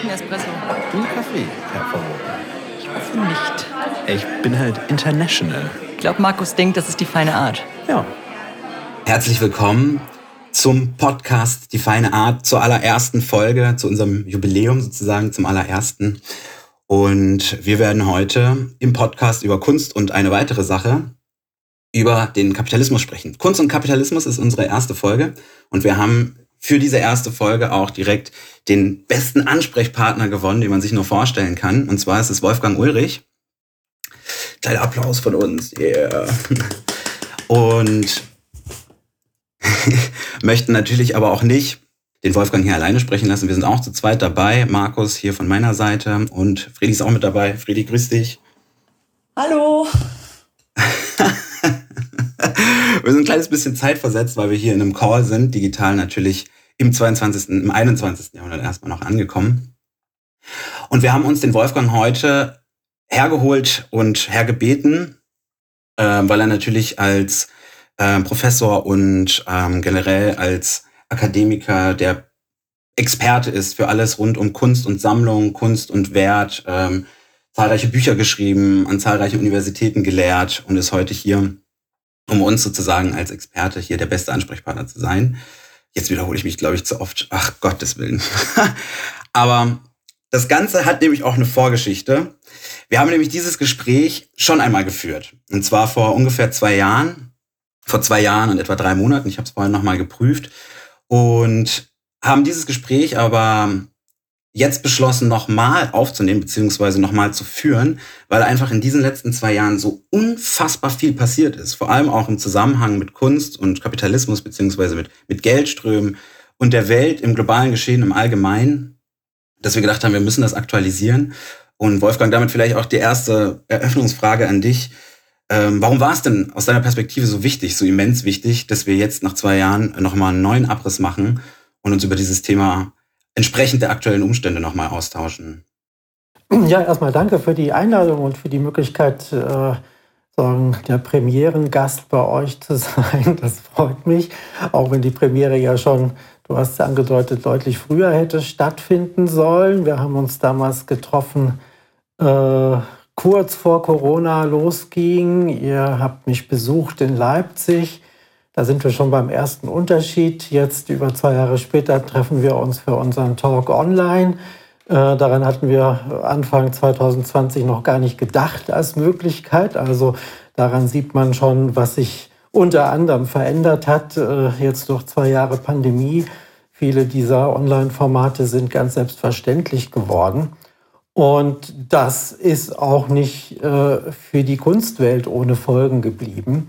einen Espresso. Einen Kaffee, Herr Frau. Ich hoffe nicht. Ich bin halt international. Ich glaube, Markus denkt, das ist die feine Art. Ja. Herzlich willkommen zum Podcast Die feine Art, zur allerersten Folge, zu unserem Jubiläum sozusagen, zum allerersten. Und wir werden heute im Podcast über Kunst und eine weitere Sache, über den Kapitalismus sprechen. Kunst und Kapitalismus ist unsere erste Folge und wir haben für diese erste Folge auch direkt den besten Ansprechpartner gewonnen, den man sich nur vorstellen kann. Und zwar ist es Wolfgang Ulrich. Kleiner Applaus von uns. Yeah. Und möchten natürlich aber auch nicht den Wolfgang hier alleine sprechen lassen. Wir sind auch zu zweit dabei. Markus hier von meiner Seite und Fredi ist auch mit dabei. Fredi, grüß dich. Hallo. Wir sind ein kleines bisschen zeitversetzt, weil wir hier in einem Call sind, digital natürlich im 21. Jahrhundert erstmal noch angekommen. Und wir haben uns den Wolfgang heute hergeholt und hergebeten, weil er natürlich als Professor und generell als Akademiker der Experte ist für alles rund um Kunst und Sammlung, Kunst und Wert, zahlreiche Bücher geschrieben, an zahlreichen Universitäten gelehrt und ist heute hier, um uns sozusagen als Experte hier der beste Ansprechpartner zu sein. Jetzt wiederhole ich mich, glaube ich, zu oft. Ach, Gottes Willen. Aber das Ganze hat nämlich auch eine Vorgeschichte. Wir haben nämlich dieses Gespräch schon einmal geführt. Und zwar vor ungefähr 2 Jahren. Vor 2 Jahren und etwa 3 Monaten. Ich habe es vorhin nochmal geprüft. Und haben dieses Gespräch aber jetzt beschlossen, nochmal aufzunehmen, beziehungsweise nochmal zu führen, weil einfach in diesen letzten 2 Jahren so unfassbar viel passiert ist. Vor allem auch im Zusammenhang mit Kunst und Kapitalismus, beziehungsweise mit Geldströmen und der Welt im globalen Geschehen im Allgemeinen, dass wir gedacht haben, wir müssen das aktualisieren. Und Wolfgang, damit vielleicht auch die erste Eröffnungsfrage an dich. Warum war es denn aus deiner Perspektive so wichtig, so immens wichtig, dass wir jetzt nach 2 Jahren nochmal einen neuen Abriss machen und uns über dieses Thema entsprechend der aktuellen Umstände nochmal austauschen? Ja, erstmal danke für die Einladung und für die Möglichkeit, der Premierengast bei euch zu sein. Das freut mich, auch wenn die Premiere ja schon, du hast es angedeutet, deutlich früher hätte stattfinden sollen. Wir haben uns damals getroffen, kurz vor Corona losging. Ihr habt mich besucht in Leipzig. Da sind wir schon beim ersten Unterschied. Jetzt, über 2 Jahre später, treffen wir uns für unseren Talk online. Daran hatten wir Anfang 2020 noch gar nicht gedacht als Möglichkeit. Also daran sieht man schon, was sich unter anderem verändert hat, jetzt durch 2 Jahre Pandemie. Viele dieser Online-Formate sind ganz selbstverständlich geworden. Und das ist auch nicht für die Kunstwelt ohne Folgen geblieben.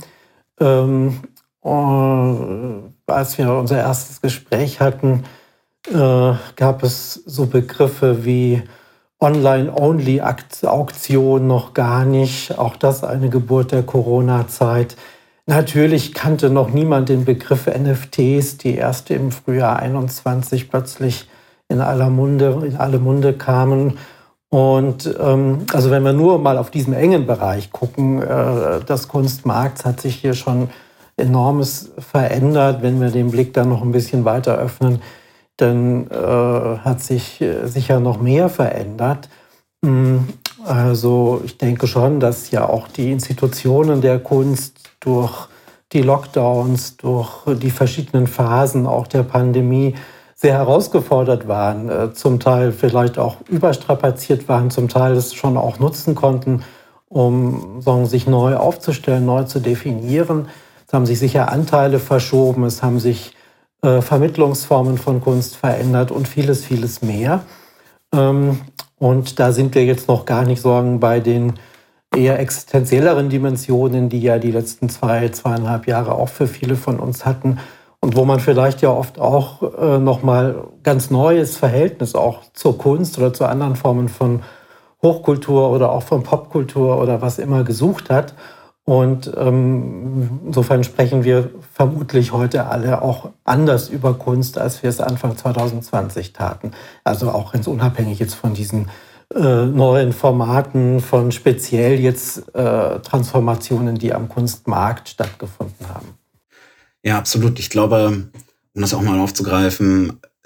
Als wir unser erstes Gespräch hatten, gab es so Begriffe wie Online-Only-Auktion noch gar nicht. Auch das eine Geburt der Corona-Zeit. Natürlich kannte noch niemand den Begriff NFTs, die erst im Frühjahr 21 plötzlich in alle Munde kamen. Und also wenn wir nur mal auf diesen engen Bereich gucken, des Kunstmarkts hat sich hier schon Enormes verändert. Wenn wir den Blick dann noch ein bisschen weiter öffnen, dann hat sich sicher noch mehr verändert. Also ich denke schon, dass ja auch die Institutionen der Kunst durch die Lockdowns, durch die verschiedenen Phasen auch der Pandemie sehr herausgefordert waren, zum Teil vielleicht auch überstrapaziert waren, zum Teil es schon auch nutzen konnten, um sich neu aufzustellen, neu zu definieren. Es haben sich sicher Anteile verschoben, es haben sich Vermittlungsformen von Kunst verändert und vieles, vieles mehr. Und da sind wir jetzt noch gar nicht bei den eher existenzielleren Dimensionen, die ja die letzten 2,5 Jahre auch für viele von uns hatten. Und wo man vielleicht ja oft auch nochmal ganz neues Verhältnis auch zur Kunst oder zu anderen Formen von Hochkultur oder auch von Popkultur oder was immer gesucht hat. Und insofern sprechen wir vermutlich heute alle auch anders über Kunst, als wir es Anfang 2020 taten. Also auch ganz unabhängig jetzt von diesen neuen Formaten, von speziell jetzt Transformationen, die am Kunstmarkt stattgefunden haben. Ja, absolut. Ich glaube, um das auch mal aufzugreifen,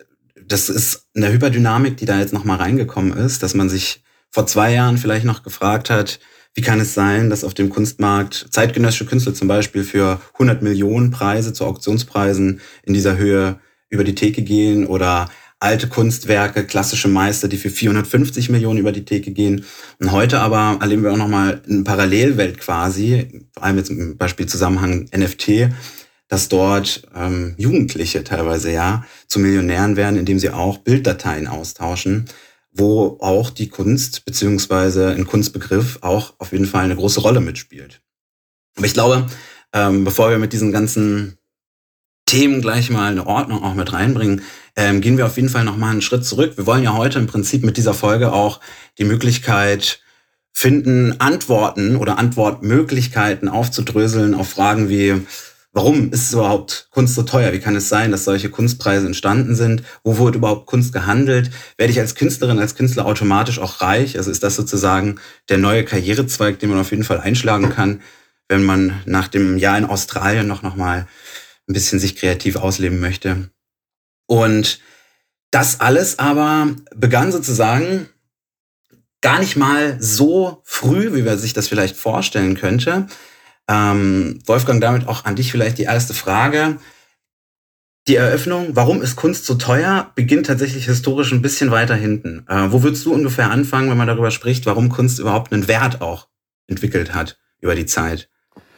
das ist eine Hyperdynamik, die da jetzt nochmal reingekommen ist, dass man sich vor 2 Jahren vielleicht noch gefragt hat, wie kann es sein, dass auf dem Kunstmarkt zeitgenössische Künstler zum Beispiel für 100 Millionen Preise zu Auktionspreisen in dieser Höhe über die Theke gehen oder alte Kunstwerke, klassische Meister, die für 450 Millionen über die Theke gehen. Und heute aber erleben wir auch nochmal eine Parallelwelt quasi, vor allem jetzt im Beispiel Zusammenhang NFT, dass dort Jugendliche teilweise ja zu Millionären werden, indem sie auch Bilddateien austauschen, wo auch die Kunst beziehungsweise ein Kunstbegriff auch auf jeden Fall eine große Rolle mitspielt. Aber ich glaube, bevor wir mit diesen ganzen Themen gleich mal eine Ordnung auch mit reinbringen, gehen wir auf jeden Fall nochmal einen Schritt zurück. Wir wollen ja heute im Prinzip mit dieser Folge auch die Möglichkeit finden, Antworten oder Antwortmöglichkeiten aufzudröseln auf Fragen wie, warum ist überhaupt Kunst so teuer? Wie kann es sein, dass solche Kunstpreise entstanden sind? Wo wurde überhaupt Kunst gehandelt? Werde ich als Künstlerin, als Künstler automatisch auch reich? Also ist das sozusagen der neue Karrierezweig, den man auf jeden Fall einschlagen kann, wenn man nach dem Jahr in Australien noch mal ein bisschen sich kreativ ausleben möchte? Und das alles aber begann sozusagen gar nicht mal so früh, wie man sich das vielleicht vorstellen könnte. Wolfgang, damit auch an dich vielleicht die erste Frage. Die Eröffnung, warum ist Kunst so teuer, beginnt tatsächlich historisch ein bisschen weiter hinten. Wo würdest du ungefähr anfangen, wenn man darüber spricht, warum Kunst überhaupt einen Wert auch entwickelt hat über die Zeit?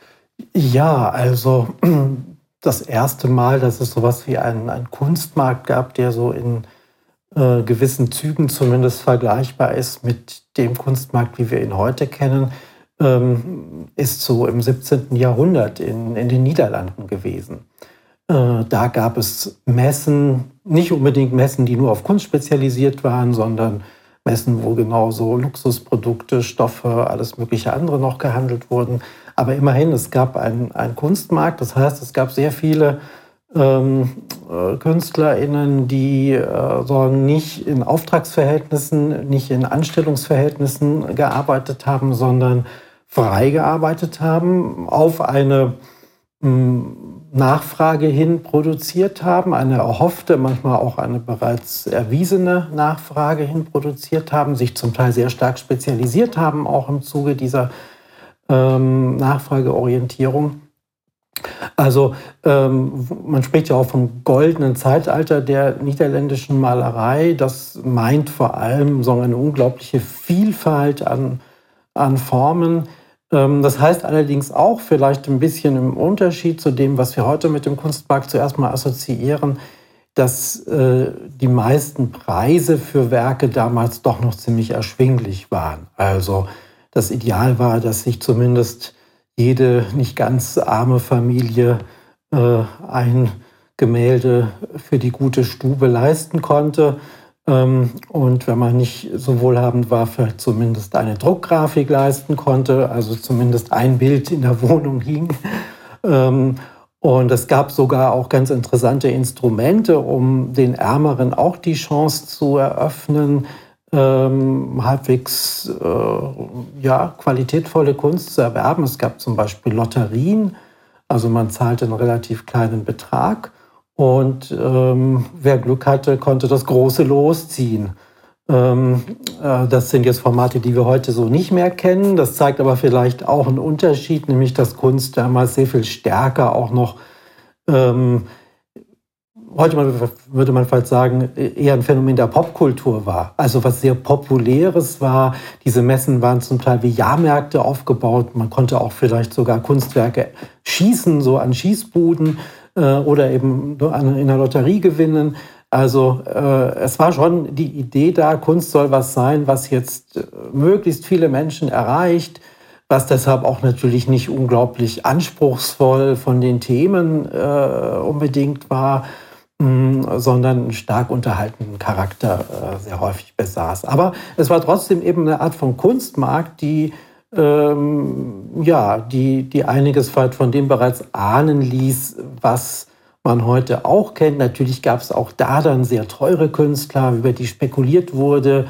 Ja, also das erste Mal, dass es sowas wie einen Kunstmarkt gab, der so in gewissen Zügen zumindest vergleichbar ist mit dem Kunstmarkt, wie wir ihn heute kennen, ist so im 17. Jahrhundert in den Niederlanden gewesen. Da gab es Messen, nicht unbedingt Messen, die nur auf Kunst spezialisiert waren, sondern Messen, wo genauso Luxusprodukte, Stoffe, alles mögliche andere noch gehandelt wurden. Aber immerhin, es gab einen Kunstmarkt, das heißt, es gab sehr viele KünstlerInnen, die nicht in Auftragsverhältnissen, nicht in Anstellungsverhältnissen gearbeitet haben, sondern frei gearbeitet haben, auf eine Nachfrage hin produziert haben, eine erhoffte, manchmal auch eine bereits erwiesene Nachfrage hin produziert haben, sich zum Teil sehr stark spezialisiert haben, auch im Zuge dieser Nachfrageorientierung. Also man spricht ja auch vom goldenen Zeitalter der niederländischen Malerei. Das meint vor allem so eine unglaubliche Vielfalt an Formen. Das heißt allerdings auch vielleicht ein bisschen im Unterschied zu dem, was wir heute mit dem Kunstmarkt zuerst mal assoziieren, dass die meisten Preise für Werke damals doch noch ziemlich erschwinglich waren. Also das Ideal war, dass sich zumindest jede nicht ganz arme Familie ein Gemälde für die gute Stube leisten konnte. Und wenn man nicht so wohlhabend war, vielleicht zumindest eine Druckgrafik leisten konnte, also zumindest ein Bild in der Wohnung hing. Und es gab sogar auch ganz interessante Instrumente, um den Ärmeren auch die Chance zu eröffnen, halbwegs qualitätvolle Kunst zu erwerben. Es gab zum Beispiel Lotterien, also man zahlte einen relativ kleinen Betrag und wer Glück hatte, konnte das große Los ziehen. Das sind jetzt Formate, die wir heute so nicht mehr kennen. Das zeigt aber vielleicht auch einen Unterschied, nämlich dass Kunst damals sehr viel stärker auch noch heute würde man vielleicht sagen, eher ein Phänomen der Popkultur war. Also was sehr Populäres war. Diese Messen waren zum Teil wie Jahrmärkte aufgebaut. Man konnte auch vielleicht sogar Kunstwerke schießen, so an Schießbuden oder eben in der Lotterie gewinnen. Also es war schon die Idee da, Kunst soll was sein, was jetzt möglichst viele Menschen erreicht, was deshalb auch natürlich nicht unglaublich anspruchsvoll von den Themen unbedingt war, sondern einen stark unterhaltenden Charakter sehr häufig besaß. Aber es war trotzdem eben eine Art von Kunstmarkt, die einiges von dem bereits ahnen ließ, was man heute auch kennt. Natürlich gab es auch da dann sehr teure Künstler, über die spekuliert wurde.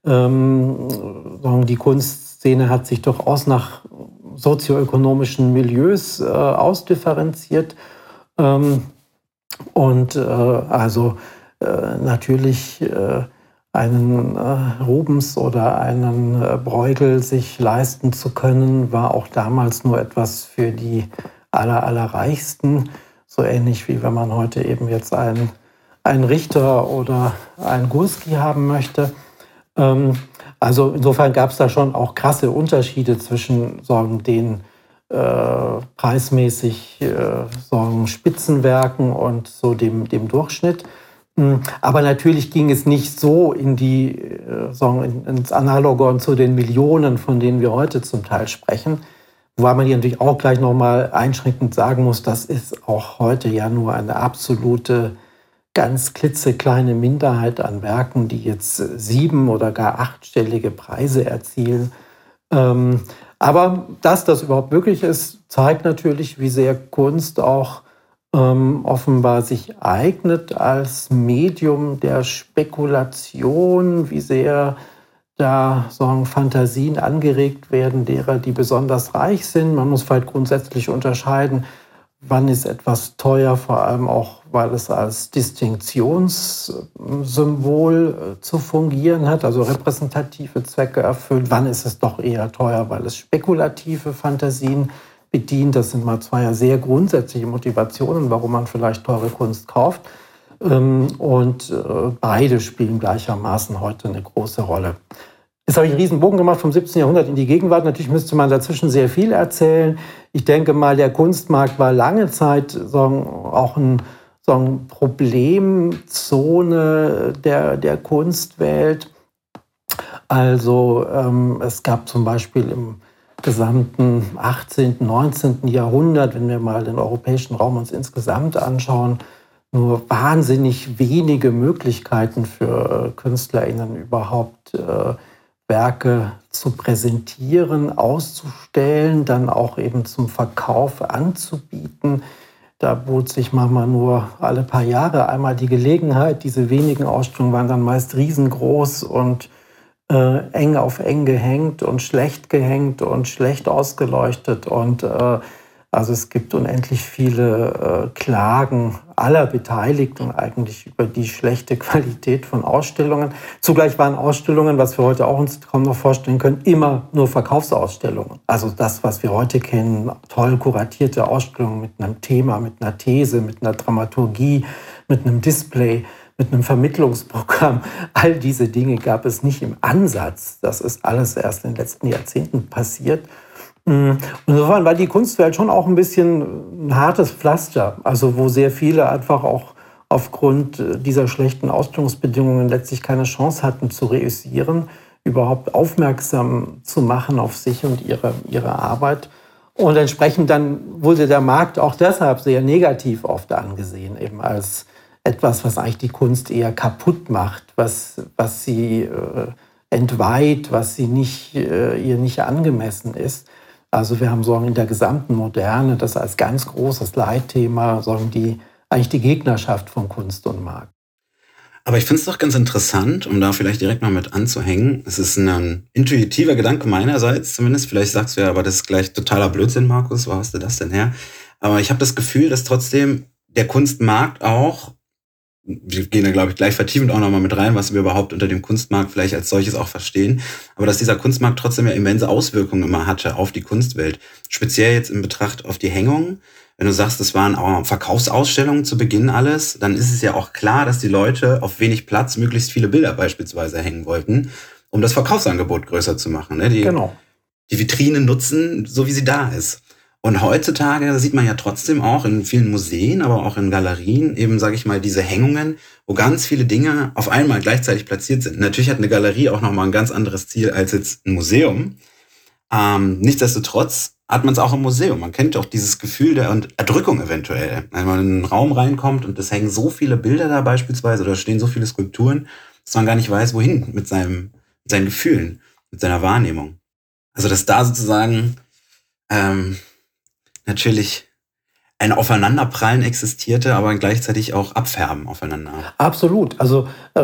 Die Kunstszene hat sich durchaus nach sozioökonomischen Milieus ausdifferenziert. natürlich einen Rubens oder einen Bruegel sich leisten zu können, war auch damals nur etwas für die Allerreichsten. So ähnlich wie wenn man heute eben jetzt einen Richter oder einen Gurski haben möchte. Also insofern gab es da schon auch krasse Unterschiede zwischen den preismäßig Spitzenwerken und so dem Durchschnitt. Aber natürlich ging es nicht so ins Analogon zu den Millionen, von denen wir heute zum Teil sprechen. Wobei man hier natürlich auch gleich nochmal einschränkend sagen muss, das ist auch heute ja nur eine absolute, ganz klitzekleine Minderheit an Werken, die jetzt 7- oder gar 8-stellige Preise erzielen. Aber dass das überhaupt möglich ist, zeigt natürlich, wie sehr Kunst auch offenbar sich eignet als Medium der Spekulation, wie sehr da Fantasien angeregt werden derer, die besonders reich sind. Man muss vielleicht grundsätzlich unterscheiden, wann ist etwas teuer, vor allem auch, weil es als Distinktionssymbol zu fungieren hat, also repräsentative Zwecke erfüllt. Wann ist es doch eher teuer, weil es spekulative Fantasien bedient. Das sind mal zwei ja sehr grundsätzliche Motivationen, warum man vielleicht teure Kunst kauft. Und beide spielen gleichermaßen heute eine große Rolle. Jetzt habe ich einen riesen Bogen gemacht vom 17. Jahrhundert in die Gegenwart. Natürlich müsste man dazwischen sehr viel erzählen. Ich denke mal, der Kunstmarkt war lange Zeit auch eine Problemzone der Kunstwelt. Also es gab zum Beispiel im gesamten 18., 19. Jahrhundert, wenn wir mal den europäischen Raum uns insgesamt anschauen, nur wahnsinnig wenige Möglichkeiten für KünstlerInnen überhaupt Werke zu präsentieren, auszustellen, dann auch eben zum Verkauf anzubieten. Da bot sich manchmal nur alle paar Jahre einmal die Gelegenheit. Diese wenigen Ausstellungen waren dann meist riesengroß und eng auf eng gehängt und schlecht ausgeleuchtet. Und also es gibt unendlich viele Klagen aller Beteiligten eigentlich über die schlechte Qualität von Ausstellungen. Zugleich waren Ausstellungen, was wir heute auch uns kaum noch vorstellen können, immer nur Verkaufsausstellungen. Also das, was wir heute kennen, toll kuratierte Ausstellungen mit einem Thema, mit einer These, mit einer Dramaturgie, mit einem Display, mit einem Vermittlungsprogramm. All diese Dinge gab es nicht im Ansatz. Das ist alles erst in den letzten Jahrzehnten passiert. Und insofern war die Kunstwelt schon auch ein bisschen ein hartes Pflaster, also wo sehr viele einfach auch aufgrund dieser schlechten Ausstellungsbedingungen letztlich keine Chance hatten zu reüssieren, überhaupt aufmerksam zu machen auf sich und ihre Arbeit. Und entsprechend dann wurde der Markt auch deshalb sehr negativ oft angesehen, eben als etwas, was eigentlich die Kunst eher kaputt macht, was sie entweiht, was sie ihr nicht angemessen ist. Also wir haben in der gesamten Moderne das als ganz großes Leitthema, eigentlich die Gegnerschaft von Kunst und Markt. Aber ich finde es doch ganz interessant, um da vielleicht direkt mal mit anzuhängen. Es ist ein intuitiver Gedanke meinerseits zumindest. Vielleicht sagst du ja, aber das ist gleich totaler Blödsinn, Markus. Wo hast du das denn her? Aber ich habe das Gefühl, dass trotzdem der Kunstmarkt auch, wir gehen da, glaube ich, gleich vertiefend auch nochmal mit rein, was wir überhaupt unter dem Kunstmarkt vielleicht als solches auch verstehen, aber dass dieser Kunstmarkt trotzdem ja immense Auswirkungen immer hatte auf die Kunstwelt. Speziell jetzt in Betracht auf die Hängung. Wenn du sagst, das waren auch Verkaufsausstellungen zu Beginn alles, dann ist es ja auch klar, dass die Leute auf wenig Platz möglichst viele Bilder beispielsweise hängen wollten, um das Verkaufsangebot größer zu machen. Ne? Genau. Die Vitrine nutzen, so wie sie da ist. Und heutzutage sieht man ja trotzdem auch in vielen Museen, aber auch in Galerien eben, sage ich mal, diese Hängungen, wo ganz viele Dinge auf einmal gleichzeitig platziert sind. Natürlich hat eine Galerie auch nochmal ein ganz anderes Ziel als jetzt ein Museum. Nichtsdestotrotz hat man es auch im Museum. Man kennt auch dieses Gefühl der Erdrückung eventuell. Wenn man in einen Raum reinkommt und es hängen so viele Bilder da beispielsweise oder stehen so viele Skulpturen, dass man gar nicht weiß, wohin mit seinen Gefühlen, mit seiner Wahrnehmung. Also dass da sozusagen natürlich ein Aufeinanderprallen existierte, aber gleichzeitig auch Abfärben aufeinander. Absolut. Also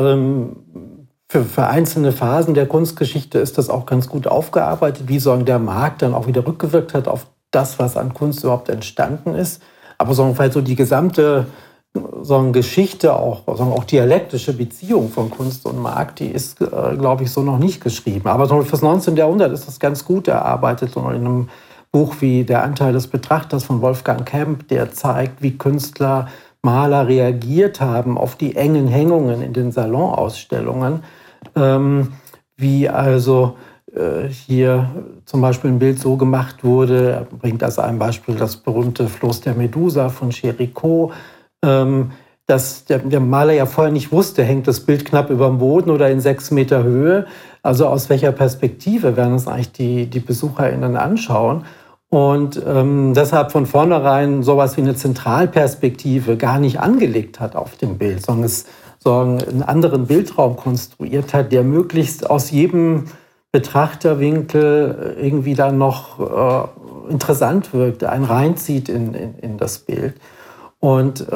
für einzelne Phasen der Kunstgeschichte ist das auch ganz gut aufgearbeitet, wie der Markt dann auch wieder rückgewirkt hat auf das, was an Kunst überhaupt entstanden ist. Aber vielleicht so die gesamte so eine Geschichte, auch dialektische Beziehung von Kunst und Markt, die ist, glaube ich, so noch nicht geschrieben. Aber für das 19. Jahrhundert ist das ganz gut erarbeitet. Und in einem Buch wie Der Anteil des Betrachters von Wolfgang Kemp, der zeigt, wie Künstler, Maler reagiert haben auf die engen Hängungen in den Salonausstellungen. Wie also hier zum Beispiel ein Bild so gemacht wurde, er bringt als ein Beispiel das berühmte Floß der Medusa von Géricault, dass der Maler ja vorher nicht wusste, hängt das Bild knapp über dem Boden oder in 6 Meter Höhe. Also aus welcher Perspektive werden es eigentlich die BesucherInnen anschauen. Und deshalb von vornherein sowas wie eine Zentralperspektive gar nicht angelegt hat auf dem Bild, sondern es einen anderen Bildraum konstruiert hat, der möglichst aus jedem Betrachterwinkel irgendwie dann noch interessant wirkt, einen reinzieht in das Bild. Und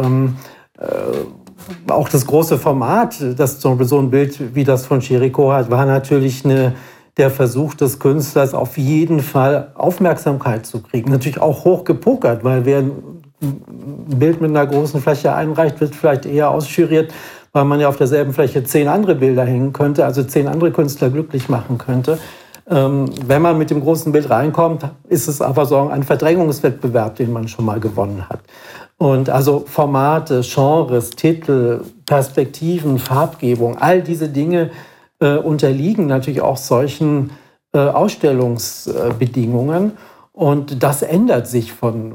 auch das große Format, das zum Beispiel so ein Bild wie das von Géricault hat, war natürlich der Versuch des Künstlers, auf jeden Fall Aufmerksamkeit zu kriegen. Natürlich auch hoch gepokert, weil wer ein Bild mit einer großen Fläche einreicht, wird vielleicht eher ausjuriert, weil man ja auf derselben Fläche 10 andere Bilder hängen könnte, also 10 andere Künstler glücklich machen könnte. Wenn man mit dem großen Bild reinkommt, ist es aber so ein Verdrängungswettbewerb, den man schon mal gewonnen hat. Und also Formate, Genres, Titel, Perspektiven, Farbgebung, all diese Dinge unterliegen natürlich auch solchen Ausstellungsbedingungen. Und das ändert sich von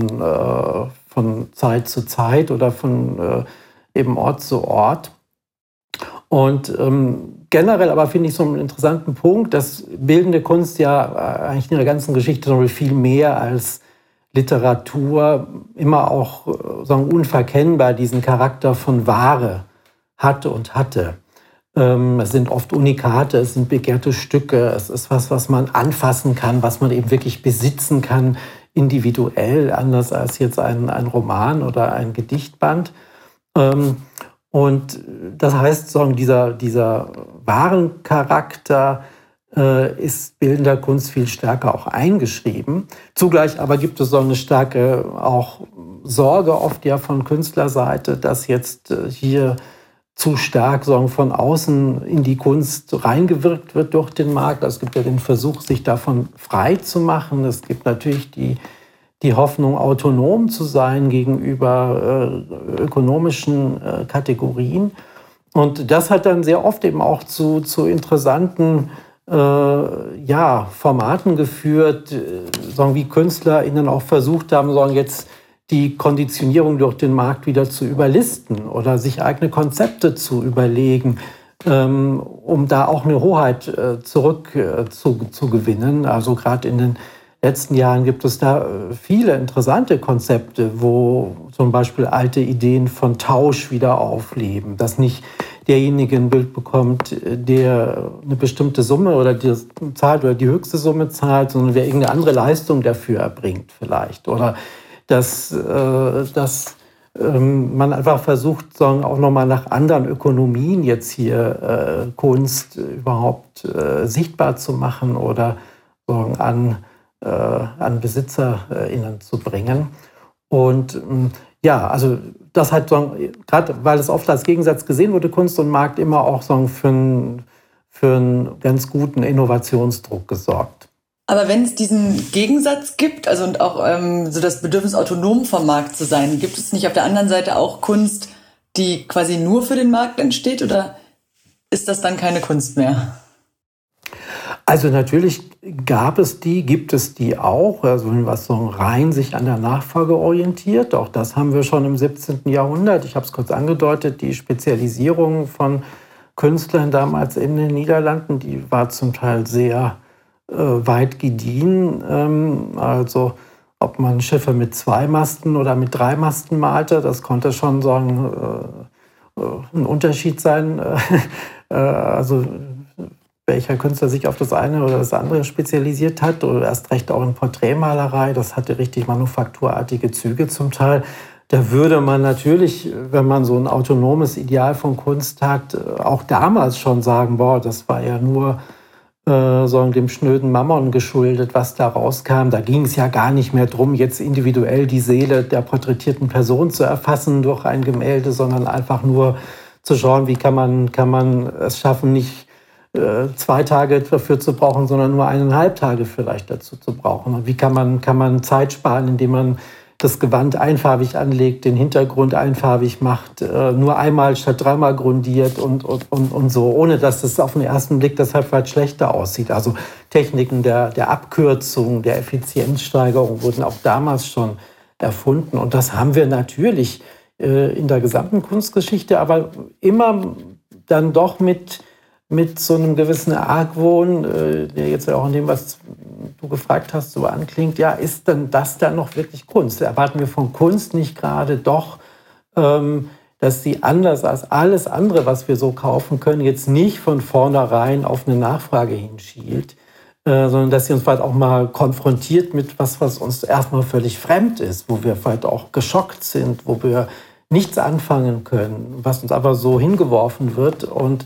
Zeit zu Zeit oder von eben Ort zu Ort. Und generell aber finde ich so einen interessanten Punkt, dass bildende Kunst ja eigentlich in der ganzen Geschichte noch viel mehr als Literatur immer auch unverkennbar diesen Charakter von Ware hatte und hatte. Es sind oft Unikate, es sind begehrte Stücke, es ist was man anfassen kann, was man eben wirklich besitzen kann, individuell, anders als jetzt ein Roman oder ein Gedichtband. Und das heißt, dieser Warencharakter ist bildender Kunst viel stärker auch eingeschrieben. Zugleich aber gibt es so eine starke auch Sorge oft ja von Künstlerseite, dass jetzt hier zu stark von außen in die Kunst reingewirkt wird durch den Markt. Also es gibt ja den Versuch, sich davon frei zu machen. Es gibt natürlich die Hoffnung, autonom zu sein gegenüber ökonomischen Kategorien. Und das hat dann sehr oft eben auch zu interessanten Formaten geführt, wie KünstlerInnen auch versucht haben, jetzt die Konditionierung durch den Markt wieder zu überlisten oder sich eigene Konzepte zu überlegen, um da auch eine Hoheit zurück zu gewinnen. Also gerade in den letzten Jahren gibt es da viele interessante Konzepte, wo zum Beispiel alte Ideen von Tausch wieder aufleben, dass nicht derjenige ein Bild bekommt, der eine bestimmte Summe oder die zahlt oder die höchste Summe zahlt, sondern wer irgendeine andere Leistung dafür erbringt vielleicht. Oder dass man einfach versucht, auch nochmal nach anderen Ökonomien jetzt hier Kunst überhaupt sichtbar zu machen oder an BesitzerInnen zu bringen. Und also das hat gerade, weil es oft als Gegensatz gesehen wurde, Kunst und Markt immer auch für einen ganz guten Innovationsdruck gesorgt. Aber wenn es diesen Gegensatz gibt, also und auch so das Bedürfnis, autonom vom Markt zu sein, gibt es nicht auf der anderen Seite auch Kunst, die quasi nur für den Markt entsteht, oder ist das dann keine Kunst mehr? Also natürlich gibt es die auch, also was rein sich an der Nachfrage orientiert. Auch das haben wir schon im 17. Jahrhundert. Ich habe es kurz angedeutet, die Spezialisierung von Künstlern damals in den Niederlanden, die war zum Teil sehr weit gediehen. Also ob man Schiffe mit 2 Masten oder mit 3 Masten malte, das konnte schon ein Unterschied sein. Also welcher Künstler sich auf das eine oder das andere spezialisiert hat, oder erst recht auch in Porträtmalerei, das hatte richtig manufakturartige Züge zum Teil. Da würde man natürlich, wenn man so ein autonomes Ideal von Kunst hat, auch damals schon sagen, das war ja nur sondern dem schnöden Mammon geschuldet, was da rauskam. Da ging es ja gar nicht mehr drum, jetzt individuell die Seele der porträtierten Person zu erfassen durch ein Gemälde, sondern einfach nur zu schauen, wie kann man es schaffen, nicht 2 Tage dafür zu brauchen, sondern nur 1,5 Tage vielleicht dazu zu brauchen. Und wie kann man Zeit sparen, indem man das Gewand einfarbig anlegt, den Hintergrund einfarbig macht, nur einmal statt 3-mal grundiert und so, ohne dass es auf den ersten Blick deshalb weit schlechter aussieht. Also Techniken der Abkürzung, der Effizienzsteigerung wurden auch damals schon erfunden. Und das haben wir natürlich in der gesamten Kunstgeschichte, aber immer dann doch mit so einem gewissen Argwohn, der jetzt ja auch in dem, was du gefragt hast, so anklingt, ja, ist denn das dann noch wirklich Kunst? Erwarten wir von Kunst nicht gerade doch, dass sie anders als alles andere, was wir so kaufen können, jetzt nicht von vornherein auf eine Nachfrage hinschielt, sondern dass sie uns vielleicht auch mal konfrontiert mit was uns erstmal völlig fremd ist, wo wir vielleicht auch geschockt sind, wo wir nichts anfangen können, was uns aber so hingeworfen wird und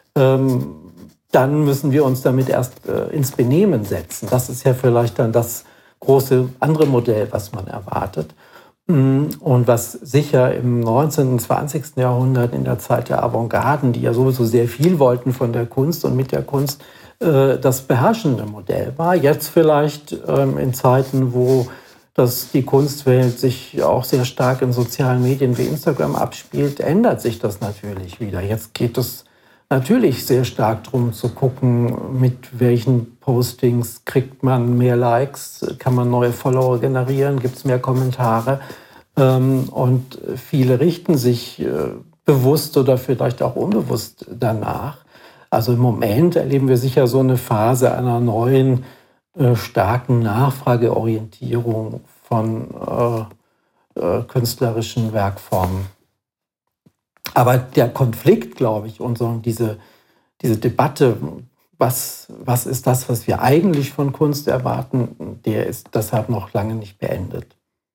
dann müssen wir uns damit erst ins Benehmen setzen. Das ist ja vielleicht dann das große andere Modell, was man erwartet. Und was sicher im 19. und 20. Jahrhundert in der Zeit der Avantgarden, die ja sowieso sehr viel wollten von der Kunst und mit der Kunst, das beherrschende Modell war. Jetzt vielleicht in Zeiten, wo die Kunstwelt sich auch sehr stark in sozialen Medien wie Instagram abspielt, ändert sich das natürlich wieder. Jetzt geht es natürlich sehr stark darum zu gucken, mit welchen Postings kriegt man mehr Likes, kann man neue Follower generieren, gibt es mehr Kommentare. Und viele richten sich bewusst oder vielleicht auch unbewusst danach. Also im Moment erleben wir sicher so eine Phase einer neuen, starken Nachfrageorientierung von künstlerischen Werkformen. Aber der Konflikt, glaube ich, und so diese Debatte, was ist das, was wir eigentlich von Kunst erwarten, der ist deshalb noch lange nicht beendet.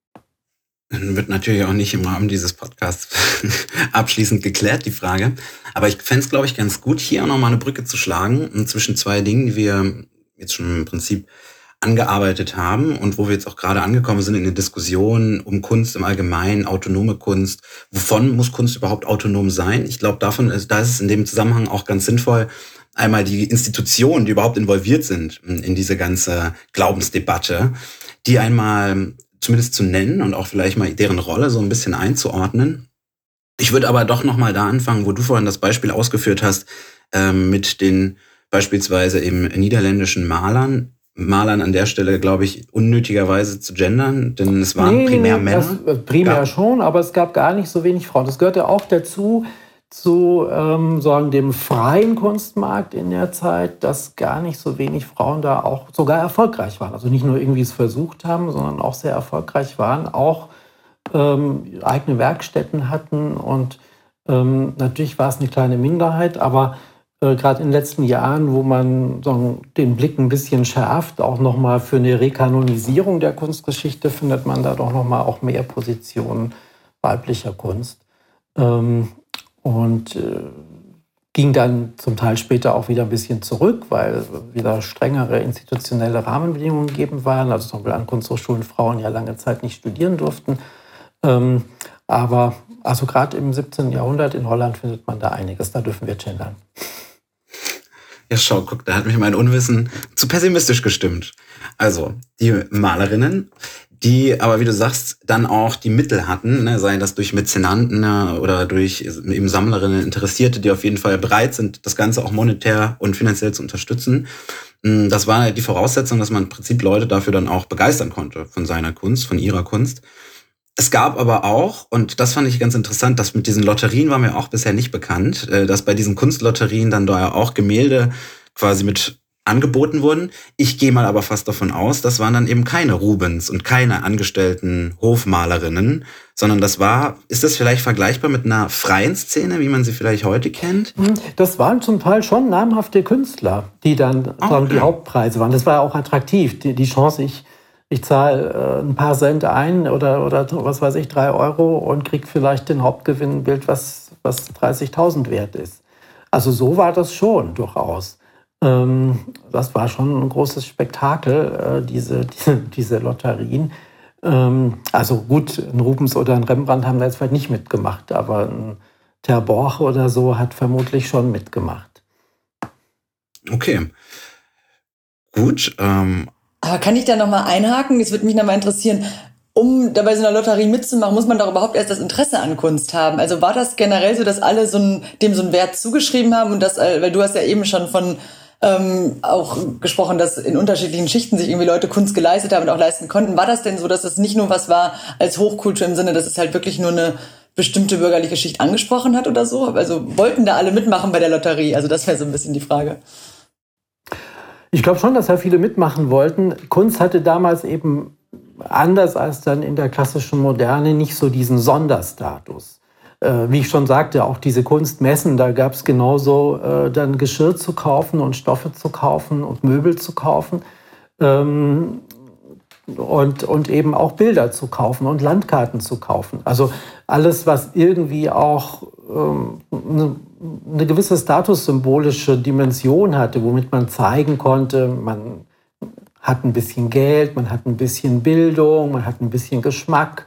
Wird natürlich auch nicht im Rahmen dieses Podcasts abschließend geklärt, die Frage. Aber ich fände es, glaube ich, ganz gut, hier auch nochmal eine Brücke zu schlagen zwischen 2 Dingen, die wir jetzt schon im Prinzip angearbeitet haben und wo wir jetzt auch gerade angekommen sind in der Diskussion um Kunst im Allgemeinen, autonome Kunst. Wovon muss Kunst überhaupt autonom sein? Ich glaube, da ist es in dem Zusammenhang auch ganz sinnvoll, einmal die Institutionen, die überhaupt involviert sind in diese ganze Glaubensdebatte, die einmal zumindest zu nennen und auch vielleicht mal deren Rolle so ein bisschen einzuordnen. Ich würde aber doch nochmal da anfangen, wo du vorhin das Beispiel ausgeführt hast, mit den beispielsweise eben niederländischen Malern an der Stelle, glaube ich, unnötigerweise zu gendern, denn es waren primär Männer. Primär schon, aber es gab gar nicht so wenig Frauen. Das gehörte auch dazu, zu sagen, dem freien Kunstmarkt in der Zeit, dass gar nicht so wenig Frauen da auch sogar erfolgreich waren. Also nicht nur irgendwie es versucht haben, sondern auch sehr erfolgreich waren, auch eigene Werkstätten hatten. Und natürlich war es eine kleine Minderheit, aber gerade in den letzten Jahren, wo man den Blick ein bisschen schärft, auch nochmal für eine Rekanonisierung der Kunstgeschichte, findet man da doch nochmal auch mehr Positionen weiblicher Kunst. Und ging dann zum Teil später auch wieder ein bisschen zurück, weil wieder strengere institutionelle Rahmenbedingungen gegeben waren. Also zum Beispiel an Kunsthochschulen Frauen ja lange Zeit nicht studieren durften. Aber also gerade im 17. Jahrhundert in Holland findet man da einiges. Da dürfen wir gendern. Ja, schau, guck, da hat mich mein Unwissen zu pessimistisch gestimmt. Also, die Malerinnen, die aber, wie du sagst, dann auch die Mittel hatten, ne, sei das durch Mäzenanten oder durch eben Sammlerinnen, Interessierte, die auf jeden Fall bereit sind, das Ganze auch monetär und finanziell zu unterstützen. Das war die Voraussetzung, dass man im Prinzip Leute dafür dann auch begeistern konnte von seiner Kunst, von ihrer Kunst. Es gab aber auch, und das fand ich ganz interessant, dass mit diesen Lotterien war mir auch bisher nicht bekannt, dass bei diesen Kunstlotterien dann da auch Gemälde quasi mit angeboten wurden. Ich gehe mal aber fast davon aus, das waren dann eben keine Rubens und keine angestellten Hofmalerinnen, sondern ist das vielleicht vergleichbar mit einer freien Szene, wie man sie vielleicht heute kennt? Das waren zum Teil schon namhafte Künstler, die dann die Hauptpreise waren. Das war auch attraktiv, die Chance, ich zahle ein paar Cent ein oder was weiß ich, 3 Euro und kriege vielleicht den Hauptgewinn ein Bild, was 30.000 wert ist. Also so war das schon durchaus. Das war schon ein großes Spektakel, diese Lotterien. Also gut, ein Rubens oder ein Rembrandt haben da jetzt vielleicht nicht mitgemacht, aber ein Ter Borch oder so hat vermutlich schon mitgemacht. Okay, gut. Aber kann ich da nochmal einhaken? Das würde mich nochmal interessieren. Um da bei so einer Lotterie mitzumachen, muss man doch überhaupt erst das Interesse an Kunst haben. Also war das generell so, dass alle dem so einen Wert zugeschrieben haben und das, weil du hast ja eben schon von auch gesprochen, dass in unterschiedlichen Schichten sich irgendwie Leute Kunst geleistet haben und auch leisten konnten. War das denn so, dass das nicht nur was war als Hochkultur im Sinne, dass es halt wirklich nur eine bestimmte bürgerliche Schicht angesprochen hat oder so? Also wollten da alle mitmachen bei der Lotterie? Also das wäre so ein bisschen die Frage. Ich glaube schon, dass da viele mitmachen wollten. Kunst hatte damals eben anders als dann in der klassischen Moderne nicht so diesen Sonderstatus. Wie ich schon sagte, auch diese Kunstmessen, da gab es genauso dann Geschirr zu kaufen und Stoffe zu kaufen und Möbel zu kaufen und eben auch Bilder zu kaufen und Landkarten zu kaufen. Also alles, was irgendwie auch eine gewisse statussymbolische Dimension hatte, womit man zeigen konnte, man hat ein bisschen Geld, man hat ein bisschen Bildung, man hat ein bisschen Geschmack.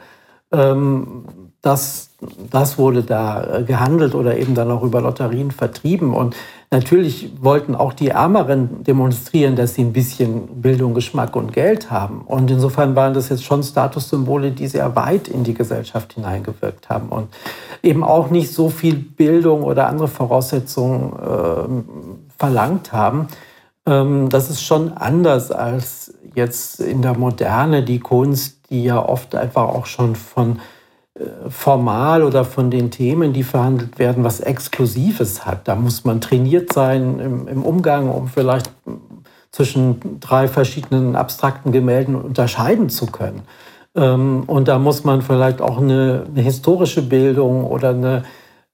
Das wurde da gehandelt oder eben dann auch über Lotterien vertrieben. Und natürlich wollten auch die Ärmeren demonstrieren, dass sie ein bisschen Bildung, Geschmack und Geld haben. Und insofern waren das jetzt schon Statussymbole, die sehr weit in die Gesellschaft hineingewirkt haben und eben auch nicht so viel Bildung oder andere Voraussetzungen verlangt haben. Das ist schon anders als jetzt in der Moderne die Kunst, die ja oft einfach auch schon von formal oder von den Themen, die verhandelt werden, was Exklusives hat. Da muss man trainiert sein im Umgang, um vielleicht zwischen 3 verschiedenen abstrakten Gemälden unterscheiden zu können. Und da muss man vielleicht auch eine historische Bildung oder eine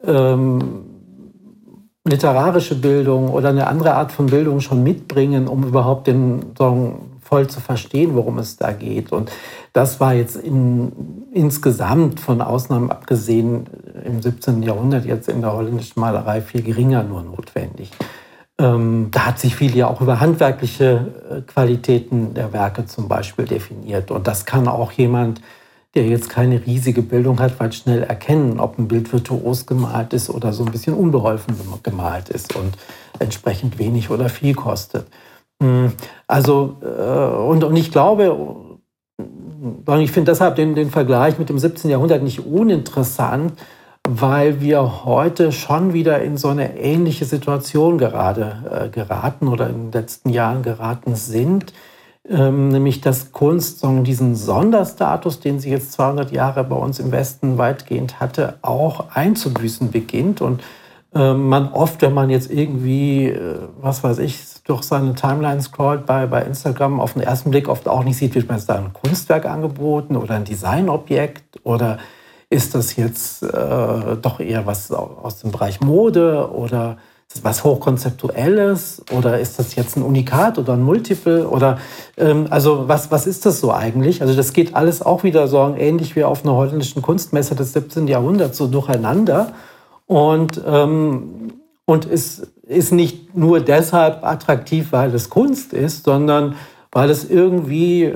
literarische Bildung oder eine andere Art von Bildung schon mitbringen, um überhaupt den Song voll zu verstehen, worum es da geht. Und das war jetzt insgesamt von Ausnahmen abgesehen im 17. Jahrhundert jetzt in der holländischen Malerei viel geringer nur notwendig. Da hat sich viel ja auch über handwerkliche Qualitäten der Werke zum Beispiel definiert. Und das kann auch jemand, der jetzt keine riesige Bildung hat, weit schnell erkennen, ob ein Bild virtuos gemalt ist oder so ein bisschen unbeholfen gemalt ist und entsprechend wenig oder viel kostet. Also, und ich glaube, ich finde deshalb den Vergleich mit dem 17. Jahrhundert nicht uninteressant, weil wir heute schon wieder in so eine ähnliche Situation geraten oder in den letzten Jahren geraten sind. Nämlich, dass Kunst diesen Sonderstatus, den sie jetzt 200 Jahre bei uns im Westen weitgehend hatte, auch einzubüßen beginnt. Und man oft, wenn man jetzt irgendwie, was weiß ich, durch seine Timeline scrollt bei Instagram, auf den ersten Blick oft auch nicht sieht, wird man jetzt da ein Kunstwerk angeboten oder ein Designobjekt oder ist das jetzt doch eher was aus dem Bereich Mode oder ist das was Hochkonzeptuelles oder ist das jetzt ein Unikat oder ein Multiple oder also was ist das so eigentlich? Also das geht alles auch wieder so ähnlich wie auf einer holländischen Kunstmesse des 17. Jahrhunderts so durcheinander und es ist nicht nur deshalb attraktiv, weil es Kunst ist, sondern weil es irgendwie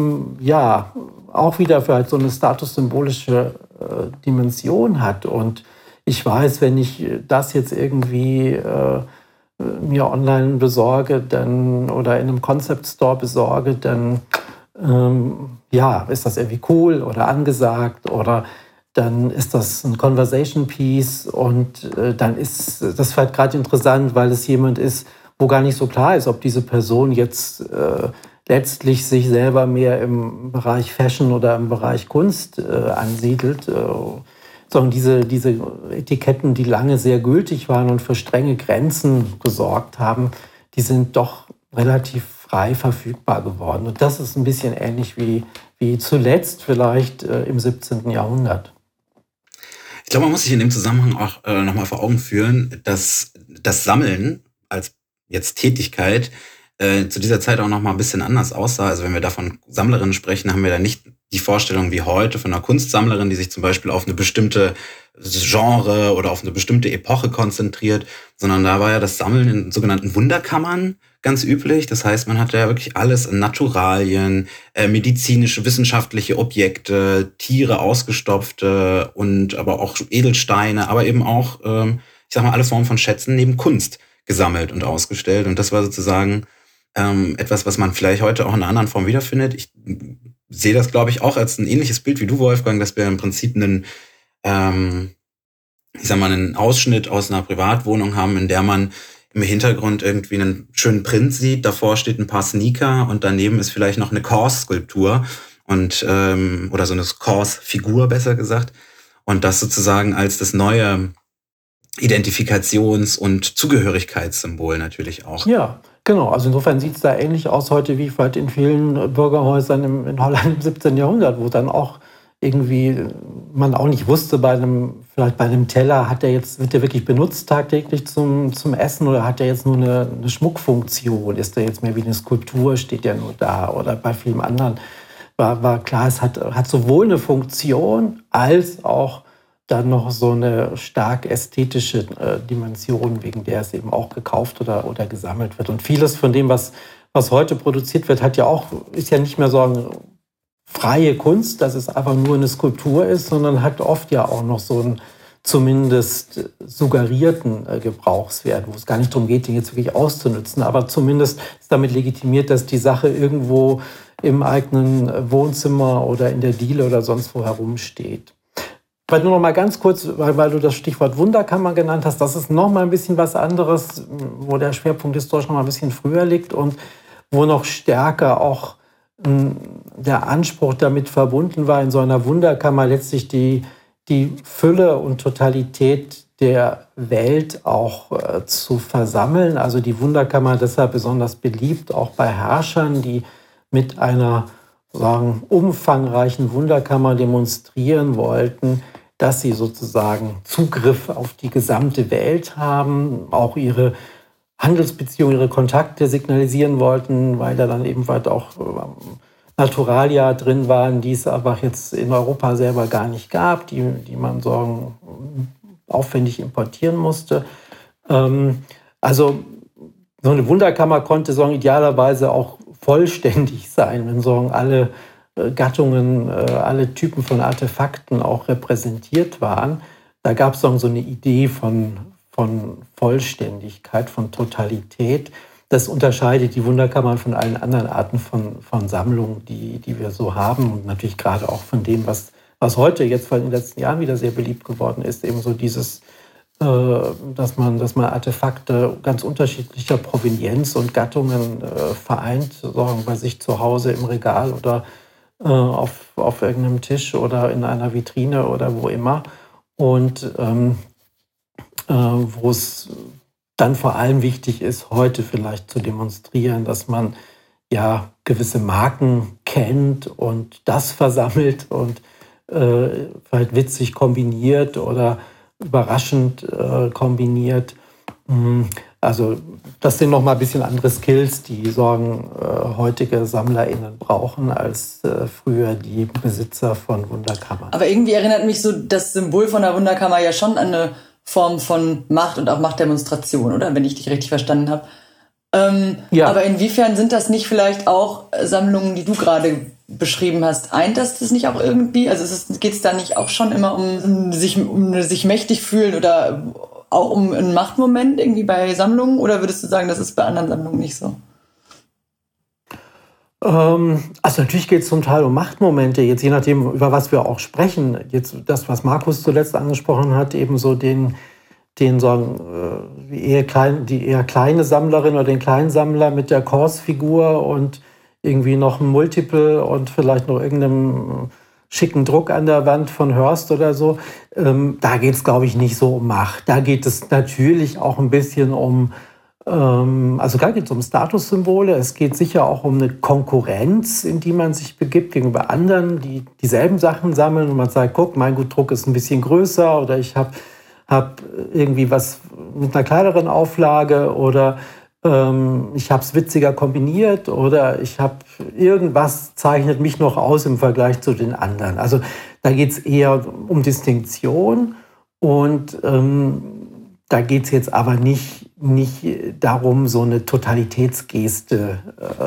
auch wieder vielleicht so eine statussymbolische Dimension hat. Und ich weiß, wenn ich das jetzt irgendwie mir online besorge oder in einem Concept Store besorge, dann ist das irgendwie cool oder angesagt oder dann ist das ein Conversation Piece und dann ist das vielleicht gerade interessant, weil es jemand ist, wo gar nicht so klar ist, ob diese Person jetzt letztlich sich selber mehr im Bereich Fashion oder im Bereich Kunst ansiedelt. Sondern diese Etiketten, die lange sehr gültig waren und für strenge Grenzen gesorgt haben, die sind doch relativ frei verfügbar geworden. Und das ist ein bisschen ähnlich wie zuletzt vielleicht im 17. Jahrhundert. Ich glaube, man muss sich in dem Zusammenhang auch nochmal vor Augen führen, dass das Sammeln als jetzt Tätigkeit zu dieser Zeit auch noch mal ein bisschen anders aussah. Also wenn wir da von Sammlerinnen sprechen, haben wir da nicht die Vorstellung wie heute von einer Kunstsammlerin, die sich zum Beispiel auf eine bestimmte Genre oder auf eine bestimmte Epoche konzentriert, sondern da war ja das Sammeln in sogenannten Wunderkammern ganz üblich. Das heißt, man hatte ja wirklich alles in Naturalien, medizinische, wissenschaftliche Objekte, Tiere, ausgestopfte und aber auch Edelsteine, aber eben auch, ich sag mal, alle Formen von Schätzen neben Kunst gesammelt und ausgestellt. Und das war sozusagen etwas, was man vielleicht heute auch in einer anderen Form wiederfindet. Ich sehe das, glaube ich, auch als ein ähnliches Bild wie du, Wolfgang, dass wir im Prinzip einen Ausschnitt aus einer Privatwohnung haben, in der man im Hintergrund irgendwie einen schönen Print sieht. Davor steht ein paar Sneaker und daneben ist vielleicht noch eine Kors-Skulptur und oder so eine Kors-Figur, besser gesagt. Und das sozusagen als das neue Identifikations- und Zugehörigkeitssymbol natürlich auch. Ja, genau. Also insofern sieht es da ähnlich aus heute wie vielleicht in vielen Bürgerhäusern in Holland im 17. Jahrhundert, wo dann auch irgendwie man auch nicht wusste, vielleicht bei einem Teller, wird der wirklich benutzt tagtäglich zum Essen oder hat der jetzt nur eine Schmuckfunktion? Ist der jetzt mehr wie eine Skulptur, steht der nur da? Oder bei vielen anderen war klar, es hat sowohl eine Funktion als auch dann noch so eine stark ästhetische Dimension, wegen der es eben auch gekauft oder gesammelt wird. Und vieles von dem, was heute produziert wird, ist ja nicht mehr so ein freie Kunst, dass es einfach nur eine Skulptur ist, sondern hat oft ja auch noch so einen zumindest suggerierten Gebrauchswert, wo es gar nicht darum geht, den jetzt wirklich auszunutzen, aber zumindest ist damit legitimiert, dass die Sache irgendwo im eigenen Wohnzimmer oder in der Diele oder sonst wo herumsteht. Vielleicht nur noch mal ganz kurz, weil du das Stichwort Wunderkammer genannt hast, das ist noch mal ein bisschen was anderes, wo der Schwerpunkt historisch noch mal ein bisschen früher liegt und wo noch stärker auch der Anspruch damit verbunden war, in so einer Wunderkammer letztlich die Fülle und Totalität der Welt auch zu versammeln. Also die Wunderkammer deshalb besonders beliebt, auch bei Herrschern, die mit einer umfangreichen Wunderkammer demonstrieren wollten, dass sie sozusagen Zugriff auf die gesamte Welt haben, auch ihre Handelsbeziehungen, ihre Kontakte signalisieren wollten, weil da dann eben weit auch Naturalia drin waren, die es aber jetzt in Europa selber gar nicht gab, die man aufwendig importieren musste. Also so eine Wunderkammer konnte idealerweise auch vollständig sein, wenn alle Gattungen, alle Typen von Artefakten auch repräsentiert waren. Da gab es so eine Idee von Vollständigkeit, von Totalität. Das unterscheidet die Wunderkammern von allen anderen Arten von Sammlungen, die wir so haben. Und natürlich gerade auch von dem, was heute jetzt in den letzten Jahren wieder sehr beliebt geworden ist, eben so dieses, dass man Artefakte ganz unterschiedlicher Provenienz und Gattungen vereint, bei sich zu Hause im Regal oder auf irgendeinem Tisch oder in einer Vitrine oder wo immer. Und wo es dann vor allem wichtig ist, heute vielleicht zu demonstrieren, dass man ja gewisse Marken kennt und das versammelt und vielleicht witzig kombiniert oder überraschend kombiniert. Also das sind nochmal ein bisschen andere Skills, die heutige SammlerInnen brauchen, als früher die Besitzer von Wunderkammern. Aber irgendwie erinnert mich so das Symbol von der Wunderkammer ja schon an eine Form von Macht und auch Machtdemonstration, oder? Wenn ich dich richtig verstanden habe. Ja. Aber inwiefern sind das nicht vielleicht auch Sammlungen, die du gerade beschrieben hast? Eint das nicht auch irgendwie? Also geht es da nicht auch schon immer um sich mächtig fühlen oder auch um einen Machtmoment irgendwie bei Sammlungen? Oder würdest du sagen, das ist bei anderen Sammlungen nicht so? Also natürlich geht es zum Teil um Machtmomente, jetzt je nachdem, über was wir auch sprechen. Jetzt das, was Markus zuletzt angesprochen hat, eben so die eher kleine Sammlerin oder den kleinen Sammler mit der Kors-Figur und irgendwie noch ein Multiple und vielleicht noch irgendeinem schicken Druck an der Wand von Hearst oder so. Da geht es, glaube ich, nicht so um Macht. Da geht es natürlich auch ein bisschen also klar geht es um Statussymbole. Es geht sicher auch um eine Konkurrenz, in die man sich begibt gegenüber anderen, die dieselben Sachen sammeln und man sagt, guck, mein Gutdruck ist ein bisschen größer oder ich hab irgendwie was mit einer kleineren Auflage oder ich habe es witziger kombiniert oder ich habe irgendwas zeichnet mich noch aus im Vergleich zu den anderen. Also da geht es eher um Distinktion und da geht es jetzt aber nicht darum, so eine Totalitätsgeste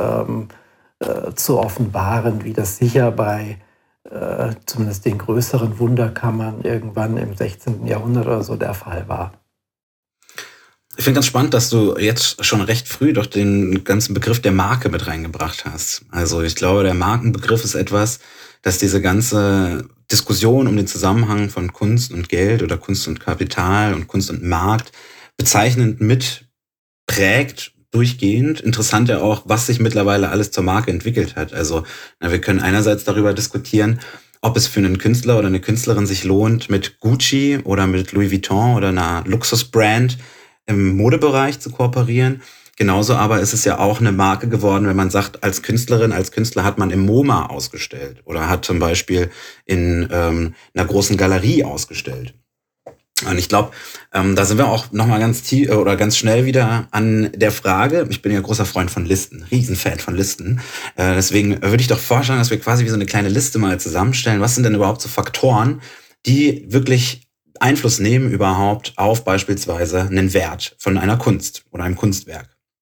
zu offenbaren, wie das sicher bei zumindest den größeren Wunderkammern irgendwann im 16. Jahrhundert oder so der Fall war. Ich finde ganz spannend, dass du jetzt schon recht früh doch den ganzen Begriff der Marke mit reingebracht hast. Also ich glaube, der Markenbegriff ist etwas, das diese ganze Diskussion um den Zusammenhang von Kunst und Geld oder Kunst und Kapital und Kunst und Markt bezeichnend mit prägt, durchgehend. Interessant ja auch, was sich mittlerweile alles zur Marke entwickelt hat. Also wir können einerseits darüber diskutieren, ob es für einen Künstler oder eine Künstlerin sich lohnt, mit Gucci oder mit Louis Vuitton oder einer Luxusbrand im Modebereich zu kooperieren. Genauso aber ist es ja auch eine Marke geworden, wenn man sagt, als Künstlerin, als Künstler hat man im MoMA ausgestellt oder hat zum Beispiel in einer großen Galerie ausgestellt. Und ich glaube, da sind wir auch nochmal ganz tief oder ganz schnell wieder an der Frage, ich bin ja großer Freund von Listen, Riesenfan von Listen, deswegen würde ich doch vorschlagen, dass wir quasi wie so eine kleine Liste mal zusammenstellen. Was sind denn überhaupt so Faktoren, die wirklich Einfluss nehmen überhaupt auf beispielsweise einen Wert von einer Kunst oder einem Kunstwerk?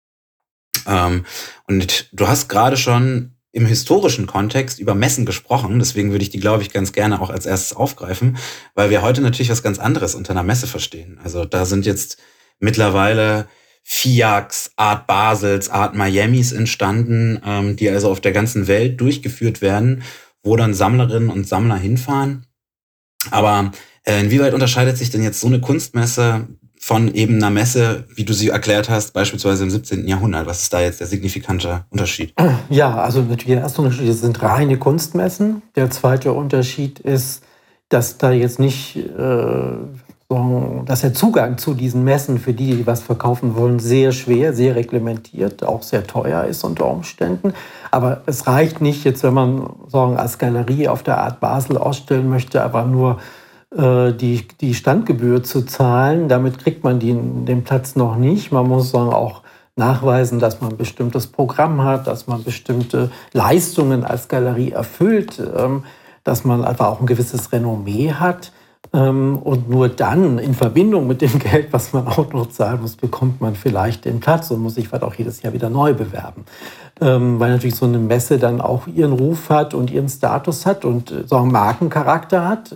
Und du hast gerade schon im historischen Kontext über Messen gesprochen, deswegen würde ich die, glaube ich, ganz gerne auch als erstes aufgreifen, weil wir heute natürlich was ganz anderes unter einer Messe verstehen. Also da sind jetzt mittlerweile FIACs, Art Basels, Art Miamis entstanden, die also auf der ganzen Welt durchgeführt werden, wo dann Sammlerinnen und Sammler hinfahren. Aber inwieweit unterscheidet sich denn jetzt so eine Kunstmesse von eben einer Messe, wie du sie erklärt hast, beispielsweise im 17. Jahrhundert? Was ist da jetzt der signifikante Unterschied? Ja, also natürlich der erste Unterschied sind reine Kunstmessen. Der zweite Unterschied ist, dass da jetzt nicht, dass der Zugang zu diesen Messen für die, die was verkaufen wollen, sehr schwer, sehr reglementiert, auch sehr teuer ist unter Umständen. Aber es reicht nicht jetzt, wenn man als Galerie auf der Art Basel ausstellen möchte, aber nur die Standgebühr zu zahlen. Damit kriegt man den Platz noch nicht. Man muss auch nachweisen, dass man ein bestimmtes Programm hat, dass man bestimmte Leistungen als Galerie erfüllt, dass man einfach auch ein gewisses Renommee hat. Und nur dann, in Verbindung mit dem Geld, was man auch noch zahlen muss, bekommt man vielleicht den Platz und muss sich auch jedes Jahr wieder neu bewerben. Weil natürlich so eine Messe dann auch ihren Ruf hat und ihren Status hat und so einen Markencharakter hat.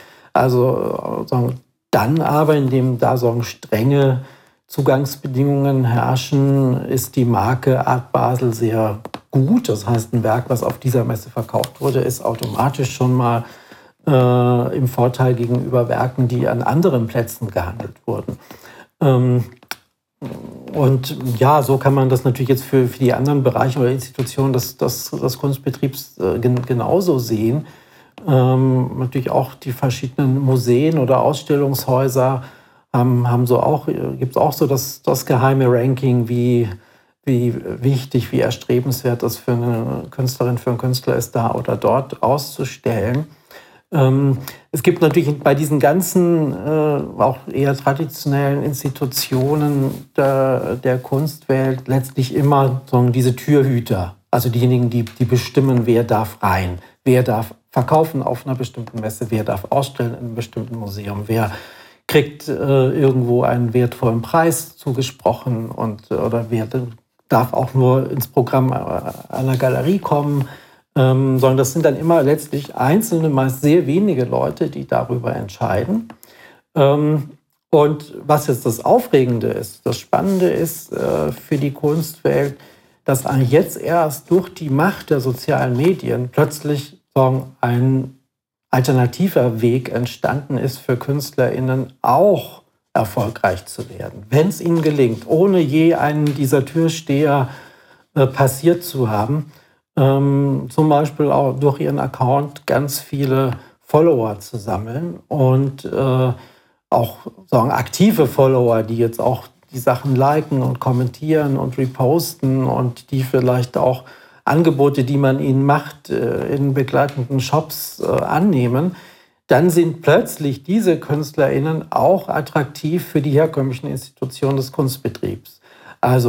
Dann aber, indem da strenge Zugangsbedingungen herrschen, ist die Marke Art Basel sehr gut. Das heißt, ein Werk, was auf dieser Messe verkauft wurde, ist automatisch schon mal im Vorteil gegenüber Werken, die an anderen Plätzen gehandelt wurden. Und ja, so kann man das natürlich jetzt für die anderen Bereiche oder Institutionen des Kunstbetriebs genauso sehen. Natürlich auch die verschiedenen Museen oder Ausstellungshäuser gibt es auch so das geheime Ranking, wie wichtig, wie erstrebenswert das für eine Künstlerin, für einen Künstler ist, da oder dort auszustellen. Es gibt natürlich bei diesen ganzen auch eher traditionellen Institutionen der Kunstwelt letztlich immer diese Türhüter, also diejenigen, die bestimmen, wer darf rein, wer darf verkaufen auf einer bestimmten Messe, wer darf ausstellen in einem bestimmten Museum, wer kriegt irgendwo einen wertvollen Preis zugesprochen oder wer darf auch nur ins Programm einer Galerie kommen. Sondern das sind dann immer letztlich einzelne, meist sehr wenige Leute, die darüber entscheiden. Und was jetzt das Aufregende ist, das Spannende ist für die Kunstwelt, dass eigentlich jetzt erst durch die Macht der sozialen Medien plötzlich ein alternativer Weg entstanden ist für KünstlerInnen auch erfolgreich zu werden, wenn es ihnen gelingt, ohne je einen dieser Türsteher passiert zu haben. Zum Beispiel auch durch ihren Account ganz viele Follower zu sammeln und auch aktive Follower, die jetzt auch die Sachen liken und kommentieren und reposten und die vielleicht auch Angebote, die man ihnen macht, in begleitenden Shops annehmen, dann sind plötzlich diese KünstlerInnen auch attraktiv für die herkömmlichen Institutionen des Kunstbetriebs. Also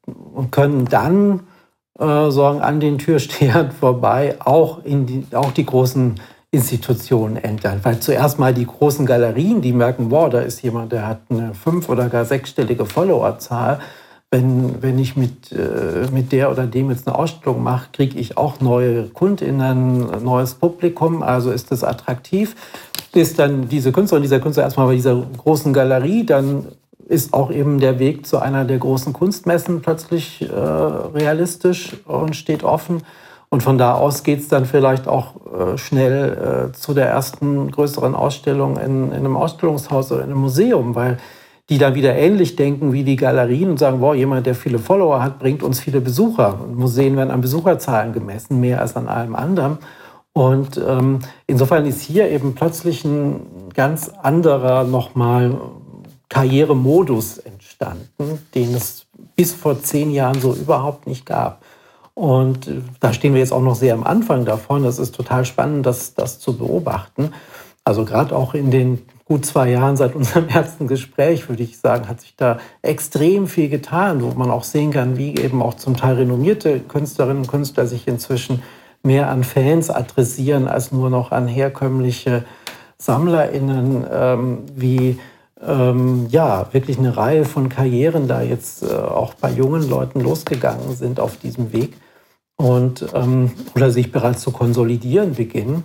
und können dann sagen, an den Türstehern vorbei auch die großen Institutionen entern. Weil zuerst mal die großen Galerien, die merken, wow, da ist jemand, der hat eine 5- oder gar 6-stellige Followerzahl. Wenn ich mit der oder dem jetzt eine Ausstellung mache, kriege ich auch neue KundInnen, neues Publikum, also ist das attraktiv. Ist dann diese Künstlerin, dieser Künstler erstmal bei dieser großen Galerie, dann ist auch eben der Weg zu einer der großen Kunstmessen plötzlich realistisch und steht offen. Und von da aus geht es dann vielleicht auch schnell zu der ersten größeren Ausstellung in einem Ausstellungshaus oder in einem Museum, weil die dann wieder ähnlich denken wie die Galerien und sagen, wow, jemand, der viele Follower hat, bringt uns viele Besucher. Und Museen werden an Besucherzahlen gemessen, mehr als an allem anderen. Und insofern ist hier eben plötzlich ein ganz anderer nochmal Karrieremodus entstanden, den es bis vor 10 Jahren so überhaupt nicht gab. Und da stehen wir jetzt auch noch sehr am Anfang davon. Das ist total spannend, das zu beobachten. Also gerade auch in den gut 2 Jahren seit unserem ersten Gespräch, würde ich sagen, hat sich da extrem viel getan, wo man auch sehen kann, wie eben auch zum Teil renommierte Künstlerinnen und Künstler sich inzwischen mehr an Fans adressieren als nur noch an herkömmliche SammlerInnen, wie wirklich eine Reihe von Karrieren da jetzt auch bei jungen Leuten losgegangen sind auf diesem Weg und oder sich bereits zu konsolidieren beginnen.